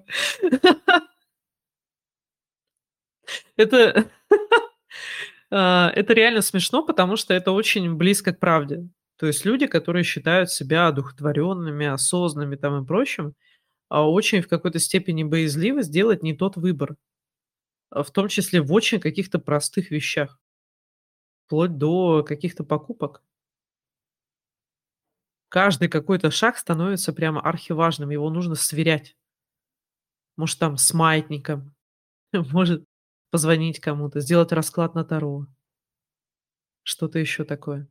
Это это реально смешно, потому что это очень близко к правде. То есть люди, которые считают себя одухотворенными, осознанными там и прочим, очень в какой-то степени боязливы сделать не тот выбор, в том числе в очень каких-то простых вещах, вплоть до каких-то покупок. Каждый какой-то шаг становится прямо архиважным, его нужно сверять. Может, там с маятником, может позвонить кому-то, сделать расклад на таро, что-то еще такое.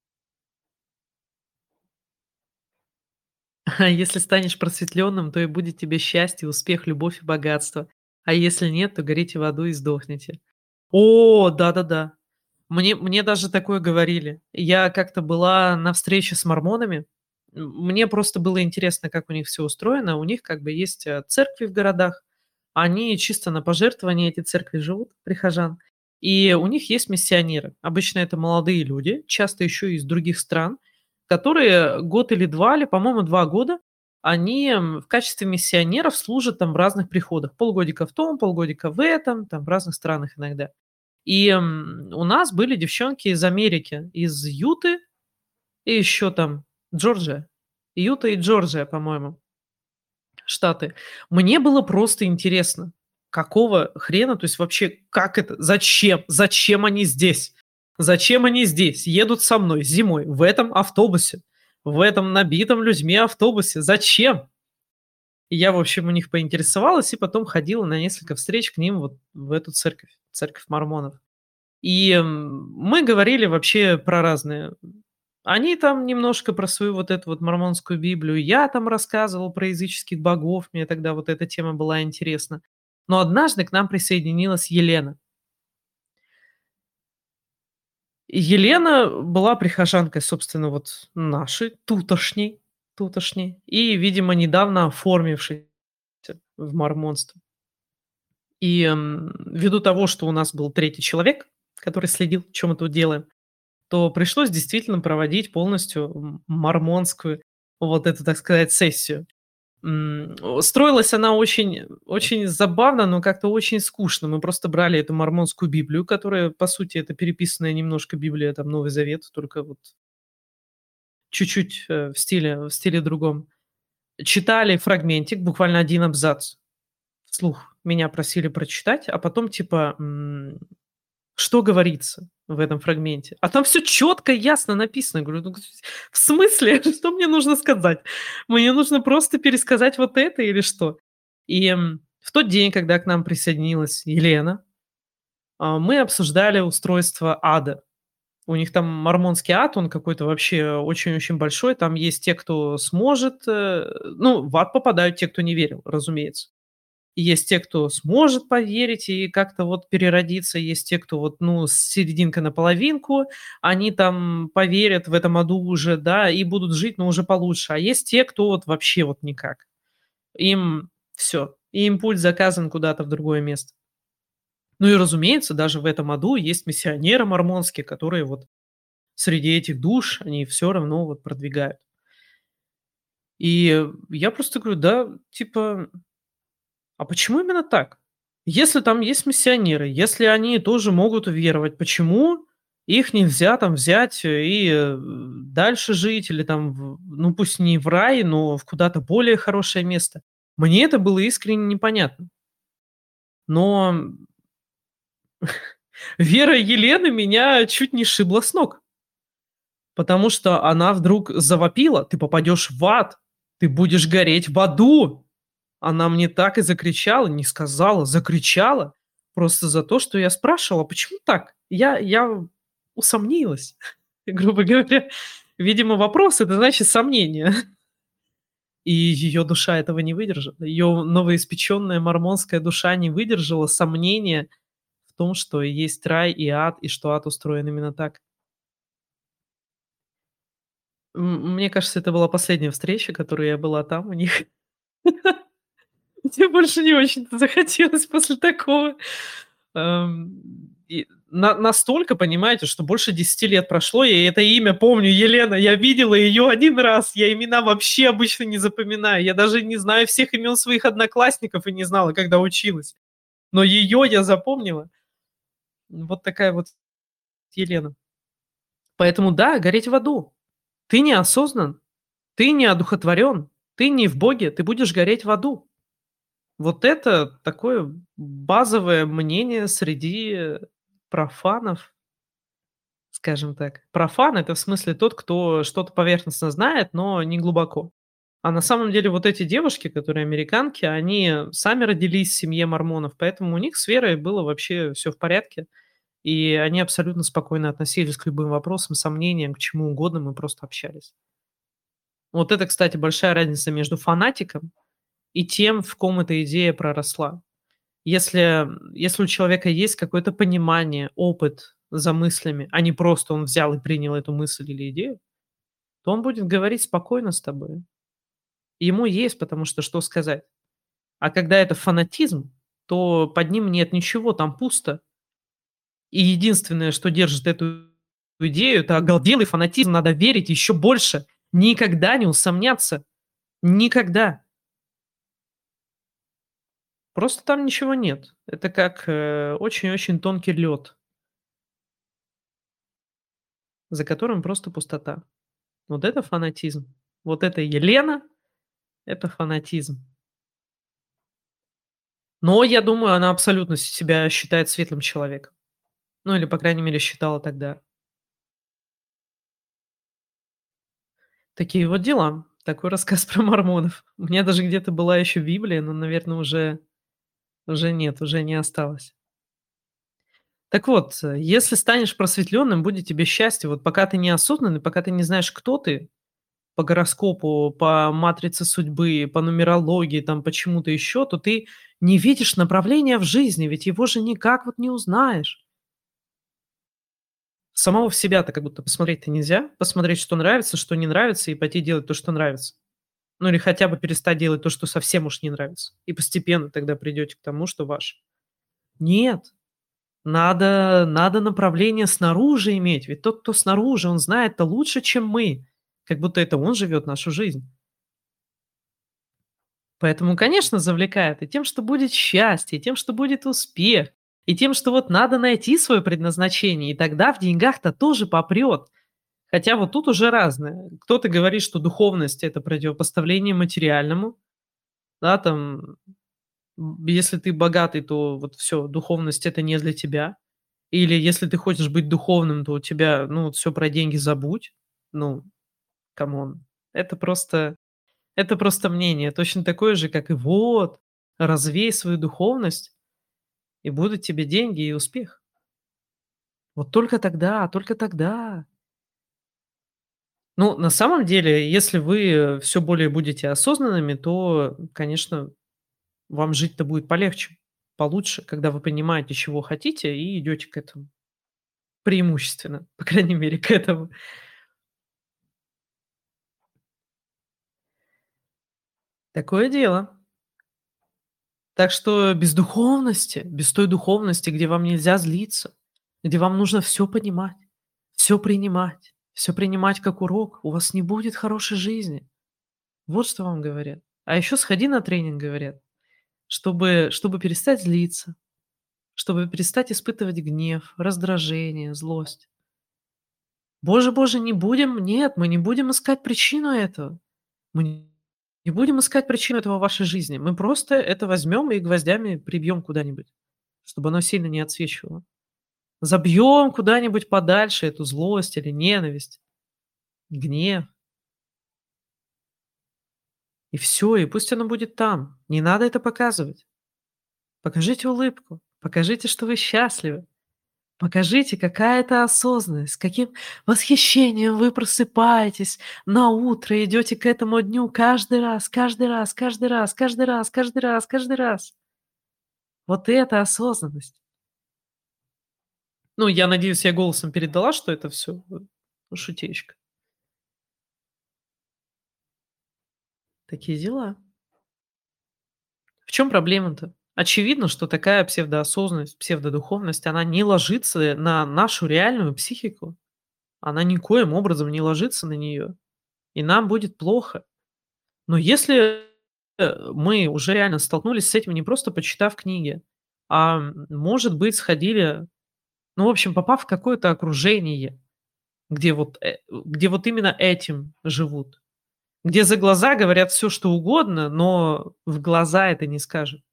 А если станешь просветленным, то и будет тебе счастье, успех, любовь и богатство. А если нет, то горите в аду и сдохнете. О, да-да-да. Мне даже такое говорили. Я как-то была на встрече с мормонами. Мне просто было интересно, как у них все устроено. У них как бы есть, церкви в городах. Они чисто на пожертвования эти церкви живут, прихожан. И у них есть миссионеры. Обычно это молодые люди, часто еще из других стран, которые год или 2, или, по-моему, 2 года, они, в качестве миссионеров служат там в разных приходах. Полгодика в том, полгодика в этом, там в разных странах иногда. И, у нас были девчонки из Америки, из Юты и еще там Джорджия. Юта и Джорджия, по-моему, штаты. Мне было просто интересно, какого хрена, то есть вообще, как это, зачем? Зачем они здесь? Зачем они здесь? Едут со мной зимой в этом автобусе, в этом набитом людьми автобусе. Зачем? И я, в общем, у них поинтересовалась и потом ходила на несколько встреч к ним вот в эту церковь, церковь мормонов. И, мы говорили вообще про разные. Они там немножко про свою вот эту вот мормонскую Библию, я там рассказывал про языческих богов, мне тогда вот эта тема была интересна. Но однажды к нам присоединилась Елена. И Елена была прихожанкой, собственно, вот нашей, тутошней, и, видимо, недавно оформившейся в мормонство. И, ввиду того, что у нас был третий человек, который следил, чё мы тут делаем, то пришлось действительно проводить полностью мормонскую вот эту, так сказать, сессию. Строилась она очень забавно, но как-то очень скучно. Мы просто брали эту мормонскую Библию, которая, по сути, это переписанная немножко Библия, там Новый Завет, только вот чуть-чуть, в стиле другом. Читали фрагментик, буквально один абзац. Вслух меня просили прочитать, а потом типа, что говорится в этом фрагменте? А там все четко, ясно написано. Я говорю: "Ну, в смысле? Что мне нужно сказать? Мне нужно просто пересказать вот это или что?" И, в тот день, когда к нам присоединилась Елена, мы обсуждали устройство ада. У них там мормонский ад, он какой-то вообще очень-очень большой. Там есть те, кто сможет, ну, в ад попадают те, кто не верил, разумеется. И есть те, кто сможет поверить и как-то вот переродиться. Есть те, кто вот, ну, с серединка на половинку. Они там поверят в этом аду уже, да, и будут жить, но уже получше. А есть те, кто вот вообще вот никак. Им все, им путь заказан куда-то в другое место. Ну и, разумеется, даже в этом аду есть миссионеры мормонские, которые вот среди этих душ, они все равно вот продвигают. И я просто говорю: "Да, типа, а почему именно так? Если там есть миссионеры, если они тоже могут уверовать, почему их нельзя там взять и, дальше жить или там ну, пусть не в рай, но в куда-то более хорошее место?" Мне это было искренне непонятно. Но вера Елены меня чуть не сшибла с ног, потому что она вдруг завопила: "Ты попадешь в ад, ты будешь гореть в аду!" Она мне так и закричала, не сказала, закричала, просто за то, что я спрашивала: "Почему так?" Я усомнилась, грубо говоря. Видимо, вопрос — это значит сомнение. И ее душа этого не выдержала. Ее новоиспеченная мормонская душа не выдержала сомнения в том, что есть рай и ад, и что ад устроен именно так. Мне кажется, это была последняя встреча, которую я была там у них. Мне больше не очень-то захотелось после такого. И настолько, понимаете, что больше 10 лет прошло, я это имя помню, Елена, я видела ее один раз, я имена вообще обычно не запоминаю, я даже не знаю всех имен своих одноклассников и не знала, когда училась. Но ее я запомнила. Вот такая вот Елена. Поэтому да, гореть в аду. Ты неосознан, ты не одухотворен, ты не в Боге, ты будешь гореть в аду. Вот это такое базовое мнение среди профанов, скажем так. Профан — это в смысле тот, кто что-то поверхностно знает, но не глубоко. А на самом деле вот эти девушки, которые американки, они сами родились в семье мормонов, поэтому у них с верой было вообще все в порядке, и они абсолютно спокойно относились к любым вопросам, сомнениям, к чему угодно, мы просто общались. Вот это, кстати, большая разница между фанатиком и тем, в ком эта идея проросла. Если у человека есть какое-то понимание, опыт за мыслями, а не просто он взял и принял эту мысль или идею, то он будет говорить спокойно с тобой. Ему есть потому что что сказать. А когда это фанатизм, то под ним нет ничего, там пусто. И единственное, что держит эту идею — это оголделый фанатизм. Надо верить еще больше, никогда не усомняться. Никогда. Просто там ничего нет. Это как, очень-очень тонкий лед, за которым просто пустота. Вот это фанатизм. Вот это Елена — это фанатизм. Но я думаю, она абсолютно себя считает светлым человеком. Ну, или, по крайней мере, считала тогда. Такие вот дела. Такой рассказ про мормонов. У меня даже где-то была еще Библия, но, наверное, уже нет, уже не осталось. Так вот, если станешь просветленным, будет тебе счастье. Вот пока ты неосознанный, пока ты не знаешь, кто ты, по гороскопу, по матрице судьбы, по нумерологии, там, почему-то еще, то ты не видишь направления в жизни, ведь его же никак вот не узнаешь. Самого в себя-то как будто посмотреть-то нельзя. Посмотреть, что нравится, что не нравится, и пойти делать то, что нравится. Ну или хотя бы перестать делать то, что совсем уж не нравится. И постепенно тогда придете к тому, что ваше. Нет, надо направление снаружи иметь. Ведь тот, кто снаружи, он знает-то лучше, чем мы. Как будто это он живет нашу жизнь. Поэтому, конечно, завлекает и тем, что будет счастье, и тем, что будет успех, и тем, что вот надо найти свое предназначение, и тогда в деньгах-то тоже попрет. Хотя вот тут уже разное. Кто-то говорит, что духовность — это противопоставление материальному, да, там, если ты богатый, то вот все, духовность — это не для тебя. Или если ты хочешь быть духовным, то у тебя, ну, вот всё про деньги забудь. Ну, камон. Это просто это просто мнение, точно такое же, как и вот, развей свою духовность, и будут тебе деньги и успех. Вот только тогда, только тогда. Ну, на самом деле, если вы все более будете осознанными, то, конечно, вам жить-то будет полегче, получше, когда вы понимаете, чего хотите, и идете к этому. Преимущественно, по крайней мере, к этому. Такое дело. Так что без духовности, без той духовности, где вам нельзя злиться, где вам нужно все понимать, все принимать как урок, у вас не будет хорошей жизни. Вот что вам говорят. А еще сходи на тренинг, говорят, чтобы перестать злиться, чтобы перестать испытывать гнев, раздражение, злость. Боже, боже, не будем, нет, мы не будем искать причину этого. Мы не будем искать причину этого в вашей жизни. Мы просто это возьмем и гвоздями прибьем куда-нибудь, чтобы оно сильно не отсвечивало. Забьем куда-нибудь подальше эту злость или ненависть, гнев. И все, и пусть оно будет там. Не надо это показывать. Покажите улыбку, покажите, что вы счастливы. Покажите, какая это осознанность, с каким восхищением вы просыпаетесь на утро, идете к этому дню каждый раз, каждый раз, каждый раз, каждый раз, каждый раз, каждый раз. Вот это осознанность. Ну, я надеюсь, я голосом передала, что это все шутеечка. Такие дела. В чем проблема-то? Очевидно, что такая псевдоосознанность, псевдодуховность, она не ложится на нашу реальную психику. Она никоим образом не ложится на нее. И нам будет плохо. Но если, мы уже реально столкнулись с этим, не просто почитав книги, а, может быть, сходили, ну, в общем, попав в какое-то окружение, где вот именно этим живут, где за глаза говорят все, что угодно, но в глаза это не скажут,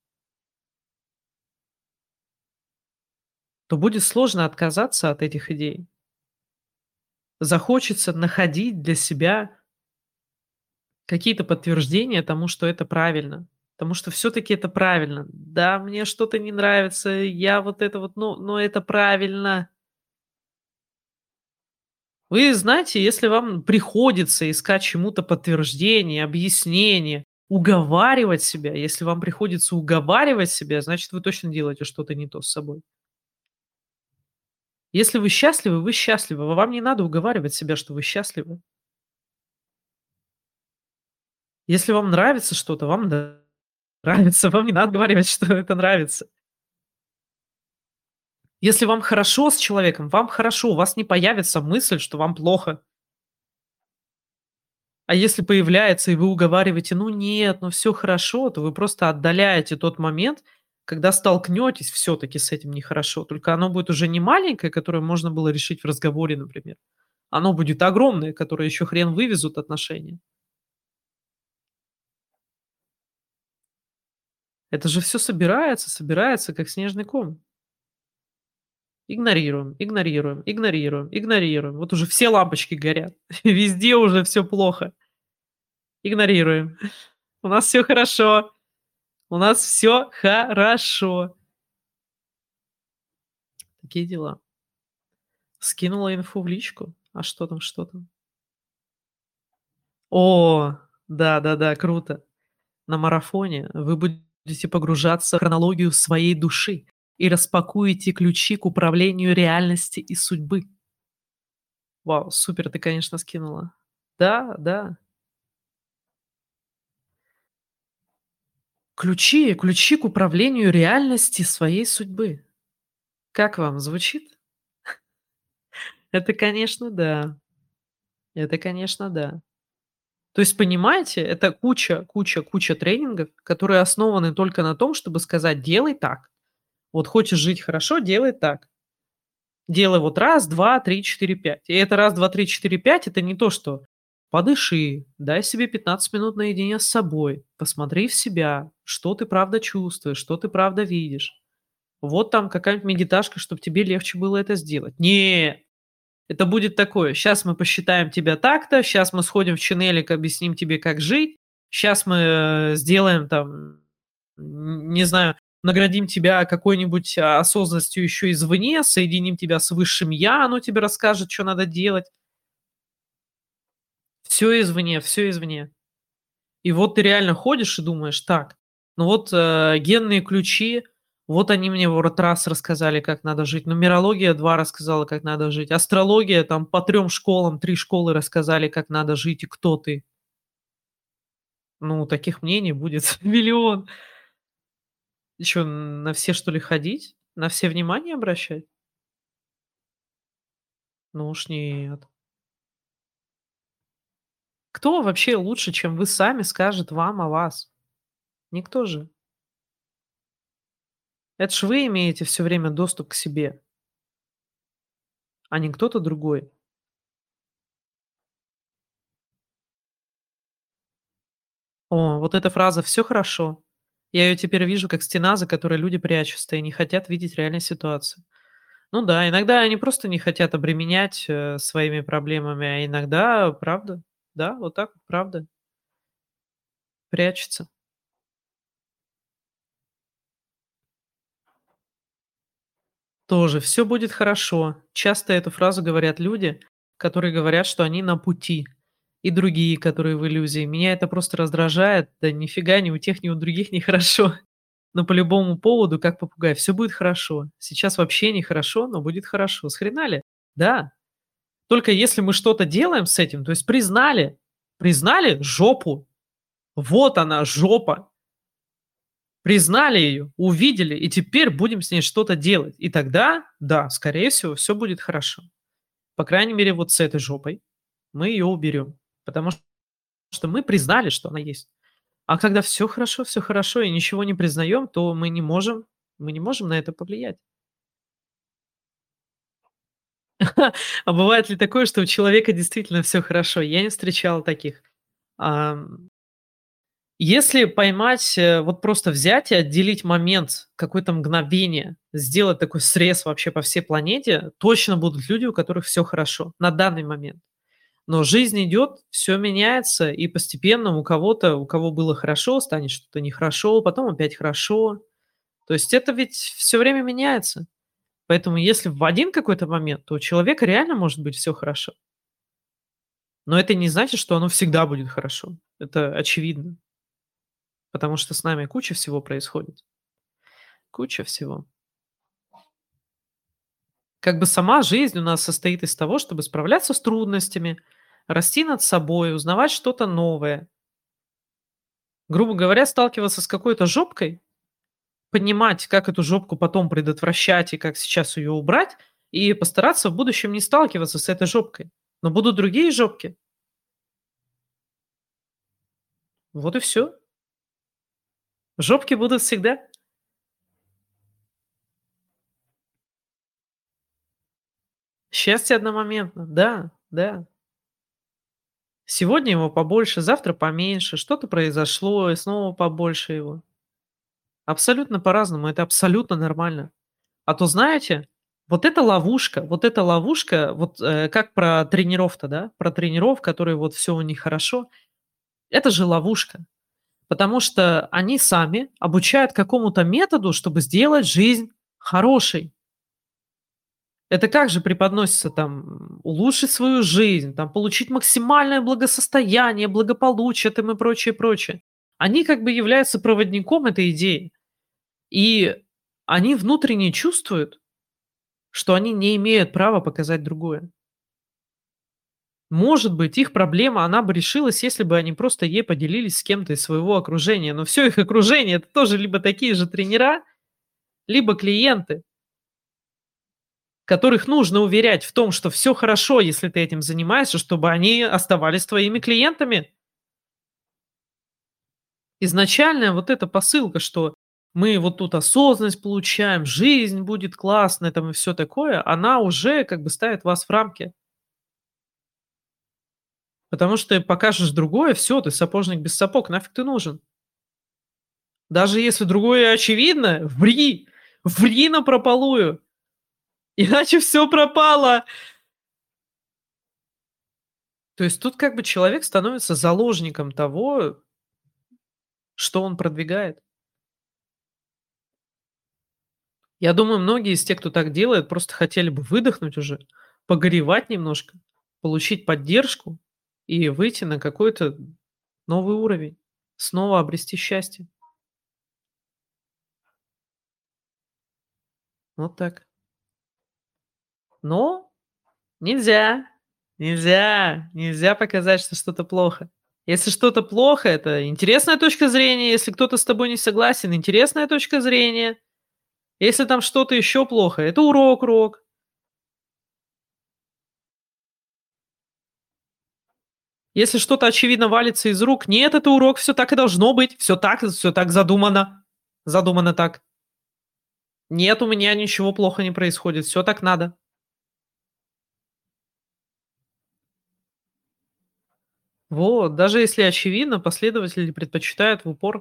то будет сложно отказаться от этих идей. Захочется находить для себя какие-то подтверждения тому, что это правильно. Потому что все таки это правильно. Да, мне что-то не нравится, я вот это вот, но это правильно. Вы знаете, если вам приходится искать чему-то подтверждение, объяснение, уговаривать себя, если вам приходится уговаривать себя, значит, вы точно делаете что-то не то с собой. Если вы счастливы, вы счастливы, а вам не надо уговаривать себя, что вы счастливы. Если вам нравится что-то, вам нравится, вам не надо уговаривать, что это нравится. Если вам хорошо с человеком, вам хорошо, у вас не появится мысль, что вам плохо. А если появляется, и вы уговариваете: "Ну нет, ну все хорошо", то вы просто отдаляете тот момент, когда столкнетесь все таки с этим нехорошо. Только оно будет уже не маленькое, которое можно было решить в разговоре, например. Оно будет огромное, которое еще хрен вывезут отношения. Это же все собирается, собирается, как снежный ком. Игнорируем, игнорируем, игнорируем, игнорируем. Вот уже все лампочки горят. Везде уже все плохо. Игнорируем. У нас все хорошо. У нас все хорошо. Такие дела. Скинула инфу в личку. А что там, что там? О, да-да-да, круто. На марафоне вы будете погружаться в хронологию своей души и распакуете ключи к управлению реальности и судьбы. Вау, супер, ты, конечно, скинула. Да, да. Ключи к управлению реальности своей судьбы. Как вам звучит? Это, конечно, да. Это, конечно, да. То есть, понимаете, это куча тренингов, которые основаны только на том, чтобы сказать: "Делай так". Вот хочешь жить хорошо — делай так. Делай вот раз, 2, 3, 4, 5. И это раз, 2, 3, 4, 5 — это не то, что подыши, дай себе 15 минут наедине с собой, посмотри в себя, что ты правда чувствуешь, что ты правда видишь. Вот там какая-нибудь медиташка, чтобы тебе легче было это сделать. Не, это будет такое: сейчас мы посчитаем тебя так-то, сейчас мы сходим в ченнелик, объясним тебе, как жить, сейчас мы, сделаем там, не знаю, наградим тебя какой-нибудь, осознанностью еще извне, соединим тебя с высшим "я", оно тебе расскажет, что надо делать. Все извне, все извне. И вот ты реально ходишь и думаешь: "Так, ну вот, генные ключи, вот они мне вот раз рассказали, как надо жить, нумерология 2 рассказала, как надо жить, астрология там по 3 школам, 3 школы рассказали, как надо жить и кто ты". Ну, таких мнений будет миллион. И чё, на все, что ли, ходить? На все внимание обращать? Ну уж нет. Кто вообще лучше, чем вы сами, скажет вам о вас? Никто же. Это ж вы имеете все время доступ к себе, а не кто-то другой. О, вот эта фраза "все хорошо". Я ее теперь вижу как стена, за которой люди прячутся и не хотят видеть реальной ситуации. Ну да, иногда они просто не хотят обременять, своими проблемами, а иногда, правда, да, вот так вот, правда, прячется. Тоже все будет хорошо. Часто эту фразу говорят люди, которые говорят, что они на пути, и другие, которые в иллюзии. Меня это просто раздражает. Да нифига ни у тех, ни у других не хорошо. Но по любому поводу, как попугай: все будет хорошо. Сейчас вообще нехорошо, но будет хорошо. Схрена ли? Да. Только если мы что-то делаем с этим, то есть признали жопу. Вот она, жопа. Признали ее, увидели, и теперь будем с ней что-то делать. И тогда, да, скорее всего, все будет хорошо. По крайней мере, вот с этой жопой мы ее уберем, потому что мы признали, что она есть. А когда все хорошо и ничего не признаем, то мы не можем на это повлиять. А бывает ли такое, что у человека действительно все хорошо? Я не встречал таких. Ам, Если поймать, вот просто взять и отделить момент, какое-то мгновение, сделать такой срез вообще по всей планете, точно будут люди, у которых все хорошо на данный момент. Но жизнь идет, все меняется, и постепенно у кого-то, у кого было хорошо, станет что-то нехорошо, потом опять хорошо. То есть это ведь все время меняется. Поэтому если в один какой-то момент, то у человека реально может быть все хорошо. Но это не значит, что оно всегда будет хорошо. Это очевидно, потому что с нами куча всего происходит. Куча всего. Как бы сама жизнь у нас состоит из того, чтобы справляться с трудностями, расти над собой, узнавать что-то новое. Грубо говоря, сталкиваться с какой-то жопкой, понимать, как эту жопку потом предотвращать и как сейчас ее убрать, и постараться в будущем не сталкиваться с этой жопкой. Но будут другие жопки. Вот и все. Жопки будут всегда. Счастье одномоментно. Да, да. Сегодня его побольше, завтра поменьше, что-то произошло, и снова побольше его. Абсолютно по-разному, это абсолютно нормально. А то, знаете, вот эта ловушка, вот, как про тренеров-то, да, про тренеров, которые вот все у них хорошо, это же ловушка. Потому что они сами обучают какому-то методу, чтобы сделать жизнь хорошей. Это как же преподносится там улучшить свою жизнь, там получить максимальное благосостояние, благополучие там и прочее, прочее. Они как бы являются проводником этой идеи. И они внутренне чувствуют, что они не имеют права показать другое. Может быть, их проблема, она бы решилась, если бы они просто ей поделились с кем-то из своего окружения. Но все их окружение это тоже либо такие же тренера, либо клиенты, которых нужно уверять в том, что все хорошо, если ты этим занимаешься, чтобы они оставались твоими клиентами. Изначальная вот эта посылка, что мы вот тут осознанность получаем, жизнь будет классная там и все такое, она уже как бы ставит вас в рамки. Потому что покажешь другое, все, ты сапожник без сапог, нафиг ты нужен. Даже если другое очевидно, ври, ври напропалую, иначе все пропало. То есть тут как бы человек становится заложником того, что он продвигает. Я думаю, многие из тех, кто так делает, просто хотели бы выдохнуть уже, погоревать немножко, получить поддержку и выйти на какой-то новый уровень, снова обрести счастье. Вот так. Но нельзя, нельзя показать, что что-то плохо. Если что-то плохо, это интересная точка зрения, если кто-то с тобой не согласен, интересная точка зрения. Если там что-то еще плохо, это урок. Если что-то очевидно валится из рук, нет, это урок, все так и должно быть, все так задумано. Задумано так. Нет, у меня ничего плохо не происходит, все так надо. Вот, даже если очевидно, последователи предпочитают в упор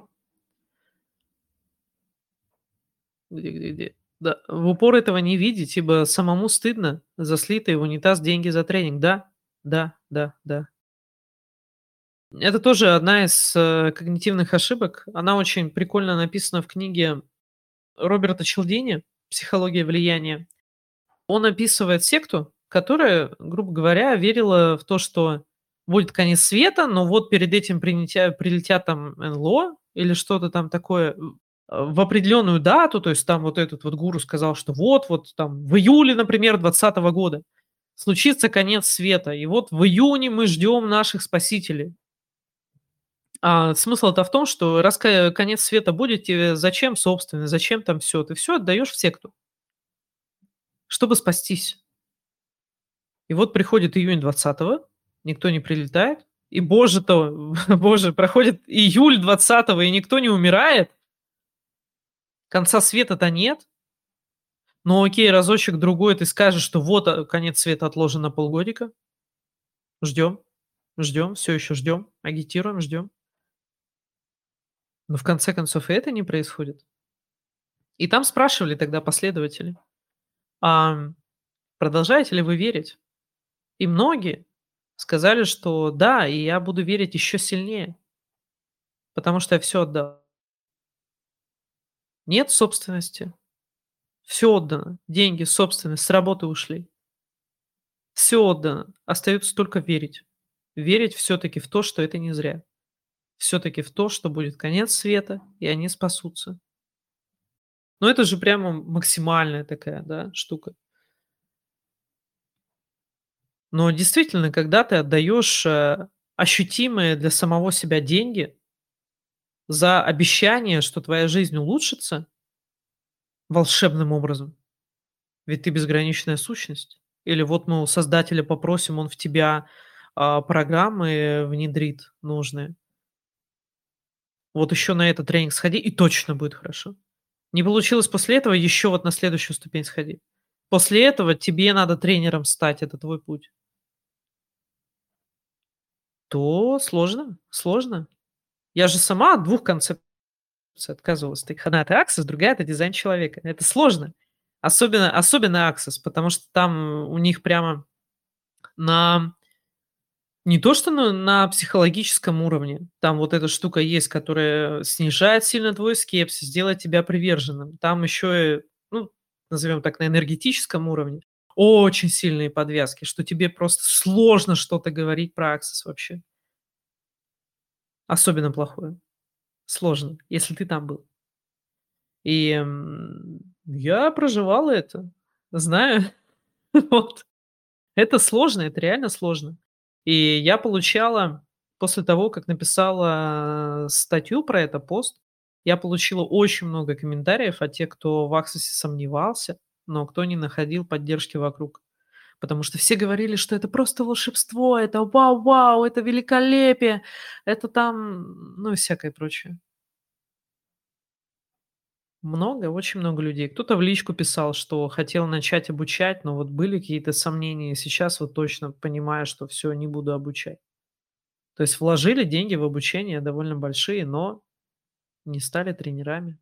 где. Да, в упор этого не видеть, ибо самому стыдно за слитые в унитаз деньги за тренинг. Да, да. Это тоже одна из, когнитивных ошибок. Она очень прикольно написана в книге Роберта Челдини "Психология влияния". Он описывает секту, которая, грубо говоря, верила в то, что будет конец света, но вот перед этим прилетят там НЛО или что-то там такое в определенную дату. То есть там вот этот вот гуру сказал, что вот там в июле, например, 2020 года случится конец света. И вот в июне мы ждем наших спасителей. А смысл-то в том, что раз конец света будет, тебе зачем, собственно, зачем там все? Ты все отдаешь в секту, чтобы спастись. И вот приходит июнь 2020, никто не прилетает. И боже-то, боже, проходит июль 2020 и никто не умирает. Конца света-то нет. Ну окей, разочек другой ты скажешь, что вот конец света отложен на полгодика. Ждем, ждем, все еще ждем, агитируем, ждем. Но в конце концов и это не происходит. И там спрашивали тогда последователи, а продолжаете ли вы верить? И многие сказали, что да, и я буду верить еще сильнее, потому что я все отдал. Нет собственности, все отдано, деньги, собственность, с работы ушли. Все отдано, остается только верить. Верить все-таки в то, что это не зря. Все-таки в то, что будет конец света, и они спасутся. Но это же прямо максимальная такая, да, штука. Но действительно, когда ты отдаешь ощутимые для самого себя деньги за обещание, что твоя жизнь улучшится волшебным образом, ведь ты безграничная сущность. Или вот мы у создателя попросим, он в тебя программы внедрит нужные. Вот еще на этот тренинг сходи, и точно будет хорошо. Не получилось после этого, еще вот на следующую ступень сходи. После этого тебе надо тренером стать, это твой путь. То сложно, сложно. Я же сама от двух концепций отказывалась. Так одна — это Access, другая — это дизайн человека. Это сложно. Особенно Access, потому что там у них прямо на не то что на психологическом уровне. Там вот эта штука есть, которая снижает сильно твой скепсис, делает тебя приверженным. Там еще и, ну, назовем так, на энергетическом уровне очень сильные подвязки, что тебе просто сложно что-то говорить про Access вообще. Особенно плохое. Сложно, если ты там был. И, я проживал это, знаю. Вот. Это сложно, это реально сложно. И я получала после того, как написала статью про это, пост, я получила очень много комментариев от тех, кто в "Аксосе" сомневался, но кто не находил поддержки вокруг. Потому что все говорили, что это просто волшебство, это вау-вау, это великолепие, это там, ну и всякое прочее. Много, очень много людей. Кто-то в личку писал, что хотел начать обучать, но вот были какие-то сомнения. И сейчас вот точно понимаю, что все, не буду обучать. То есть вложили деньги в обучение довольно большие, но не стали тренерами.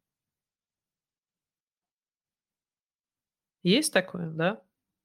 Есть такое, да?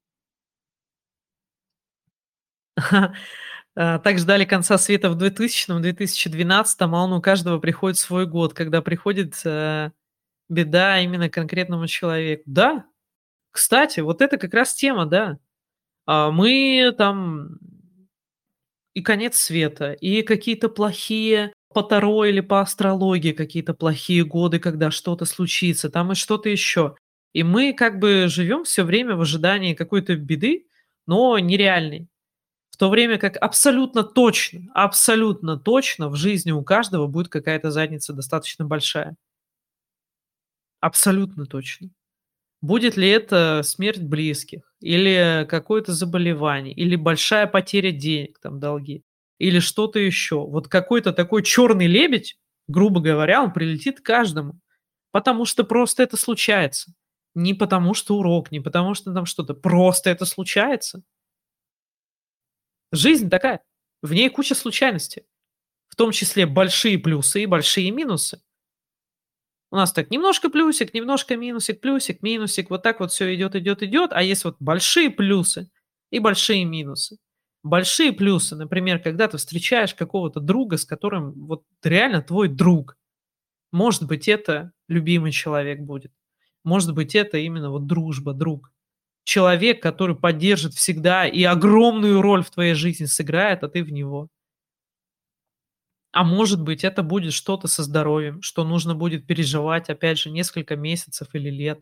Так ждали конца света в 2000-м, 2012, а он у каждого приходит свой год, когда приходит, беда именно конкретному человеку. Да, кстати, вот это как раз тема, да. Мы там и конец света, и какие-то плохие по Таро или по астрологии какие-то плохие годы, когда что-то случится, там и что-то еще. И мы как бы живем все время в ожидании какой-то беды, но нереальной. В то время как абсолютно точно в жизни у каждого будет какая-то задница достаточно большая. Абсолютно точно. Будет ли это смерть близких, или какое-то заболевание, или большая потеря денег, там, долги, или что-то еще. Вот какой-то такой черный лебедь, грубо говоря, он прилетит каждому, потому что просто это случается. Не потому что урок, не потому что там что-то, просто это случается. Жизнь такая, в ней куча случайностей, в том числе большие плюсы и большие минусы. У нас так немножко плюсик, немножко минусик, плюсик, минусик. Вот так вот все идет, идет, идет. А есть вот большие плюсы и большие минусы. Большие плюсы, например, когда ты встречаешь какого-то друга, с которым вот реально твой друг. Может быть, это любимый человек будет. Может быть, это именно вот дружба, друг. Человек, который поддержит всегда и огромную роль в твоей жизни сыграет, а ты в него. А может быть, это будет что-то со здоровьем, что нужно будет переживать, опять же, несколько месяцев или лет.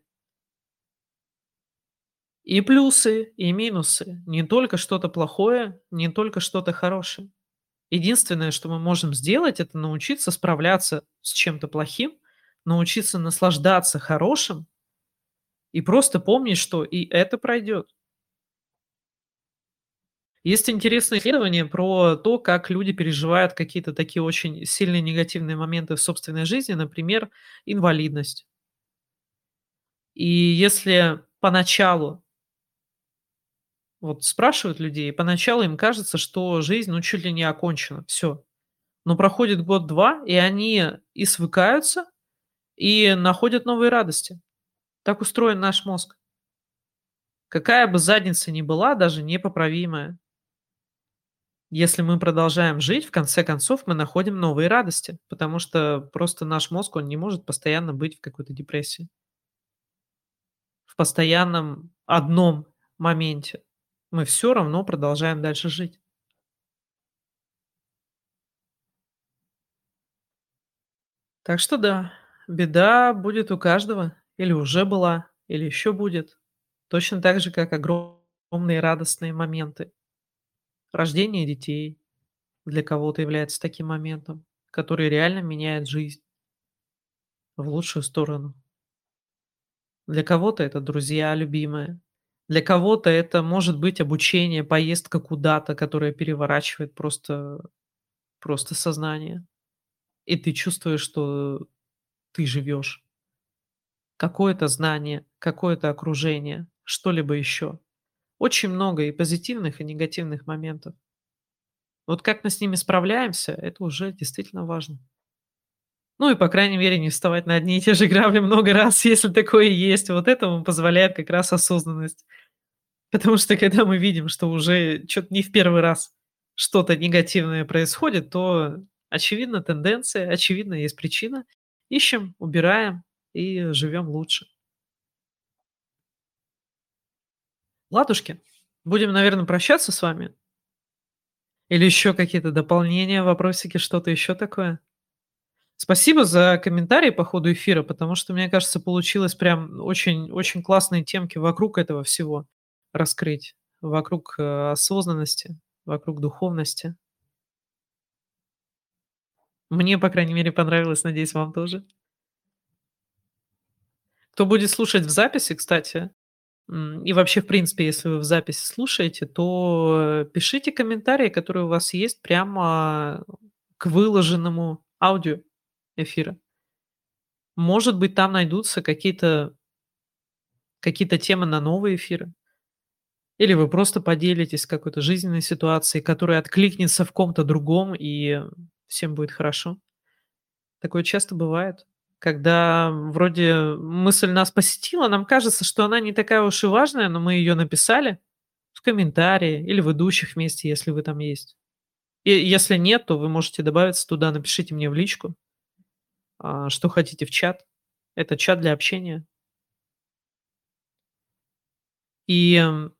И плюсы, и минусы. Не только что-то плохое, не только что-то хорошее. Единственное, что мы можем сделать, это научиться справляться с чем-то плохим, научиться наслаждаться хорошим и просто помнить, что и это пройдет. Есть интересное исследование про то, как люди переживают какие-то такие очень сильные негативные моменты в собственной жизни, например, инвалидность. И если поначалу вот спрашивают людей, и поначалу им кажется, что жизнь, ну, чуть ли не окончена, все. Но проходит год-два, и они и свыкаются, и находят новые радости. Так устроен наш мозг. Какая бы задница ни была, даже непоправимая, если мы продолжаем жить, в конце концов мы находим новые радости, потому что просто наш мозг, он не может постоянно быть в какой-то депрессии, в постоянном одном моменте. Мы все равно продолжаем дальше жить. Так что да, беда будет у каждого, или уже была, или еще будет. Точно так же, как огромные радостные моменты. Рождение детей для кого-то является таким моментом, который реально меняет жизнь в лучшую сторону. Для кого-то это друзья любимые, для кого-то это может быть обучение, поездка куда-то, которая переворачивает просто сознание. И ты чувствуешь, что ты живешь. Какое-то знание, какое-то окружение, что-либо еще. Очень много и позитивных, и негативных моментов. Вот как мы с ними справляемся, это уже действительно важно. Ну и, по крайней мере, не вставать на одни и те же грабли много раз, если такое есть. Вот этому позволяет как раз осознанность. Потому что когда мы видим, что уже чё-то не в первый раз что-то негативное происходит, то очевидна тенденция, очевидно есть причина. Ищем, убираем и живем лучше. Ладушки, будем, наверное, прощаться с вами. Или еще какие-то дополнения, вопросики, что-то еще такое? Спасибо за комментарии по ходу эфира, потому что, мне кажется, получилось прям очень очень классные темки вокруг этого всего раскрыть, вокруг, осознанности, вокруг духовности. Мне, по крайней мере, понравилось, надеюсь, вам тоже. Кто будет слушать в записи, кстати, и вообще, в принципе, если вы в записи слушаете, то, пишите комментарии, которые у вас есть прямо к выложенному аудио эфира. Может быть, там найдутся какие-то темы на новые эфиры. Или вы просто поделитесь какой-то жизненной ситуацией, которая откликнется в ком-то другом, и всем будет хорошо. Такое часто бывает, когда вроде мысль нас посетила, нам кажется, что она не такая уж и важная, но мы ее написали в комментарии или в идущих вместе, если вы там есть. И если нет, то вы можете добавиться туда, напишите мне в личку, что хотите в чат. Это чат для общения. И,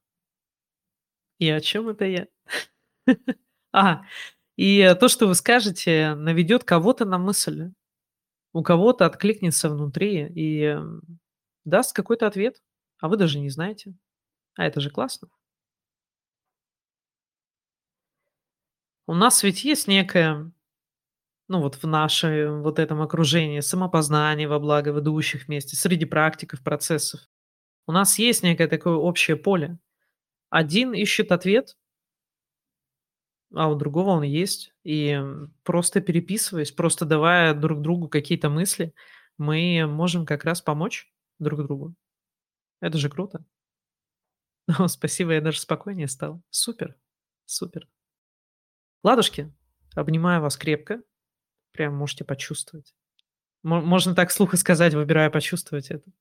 и о чем это я? Ага. И то, что вы скажете, наведет кого-то на мысль. У кого-то откликнется внутри и, даст какой-то ответ, а вы даже не знаете. А это же классно. У нас ведь есть некая, ну, вот в нашем вот этом окружении самопознание во благо в идущих вместе, среди практиков, процессов. У нас есть некое такое общее поле. Один ищет ответ, а у другого он есть. И, просто переписываясь, просто давая друг другу какие-то мысли, мы можем как раз помочь друг другу. Это же круто. О, спасибо, я даже спокойнее стал. Супер, супер. Ладушки, обнимаю вас крепко. Прям можете почувствовать. Можно так вслух и сказать, выбирая почувствовать это.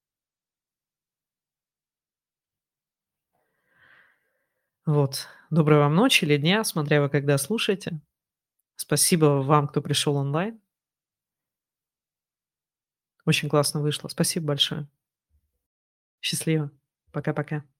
Вот. Доброй вам ночи или дня, смотря вы когда слушаете. Спасибо вам, кто пришел онлайн. Очень классно вышло. Спасибо большое. Счастливо. Пока-пока.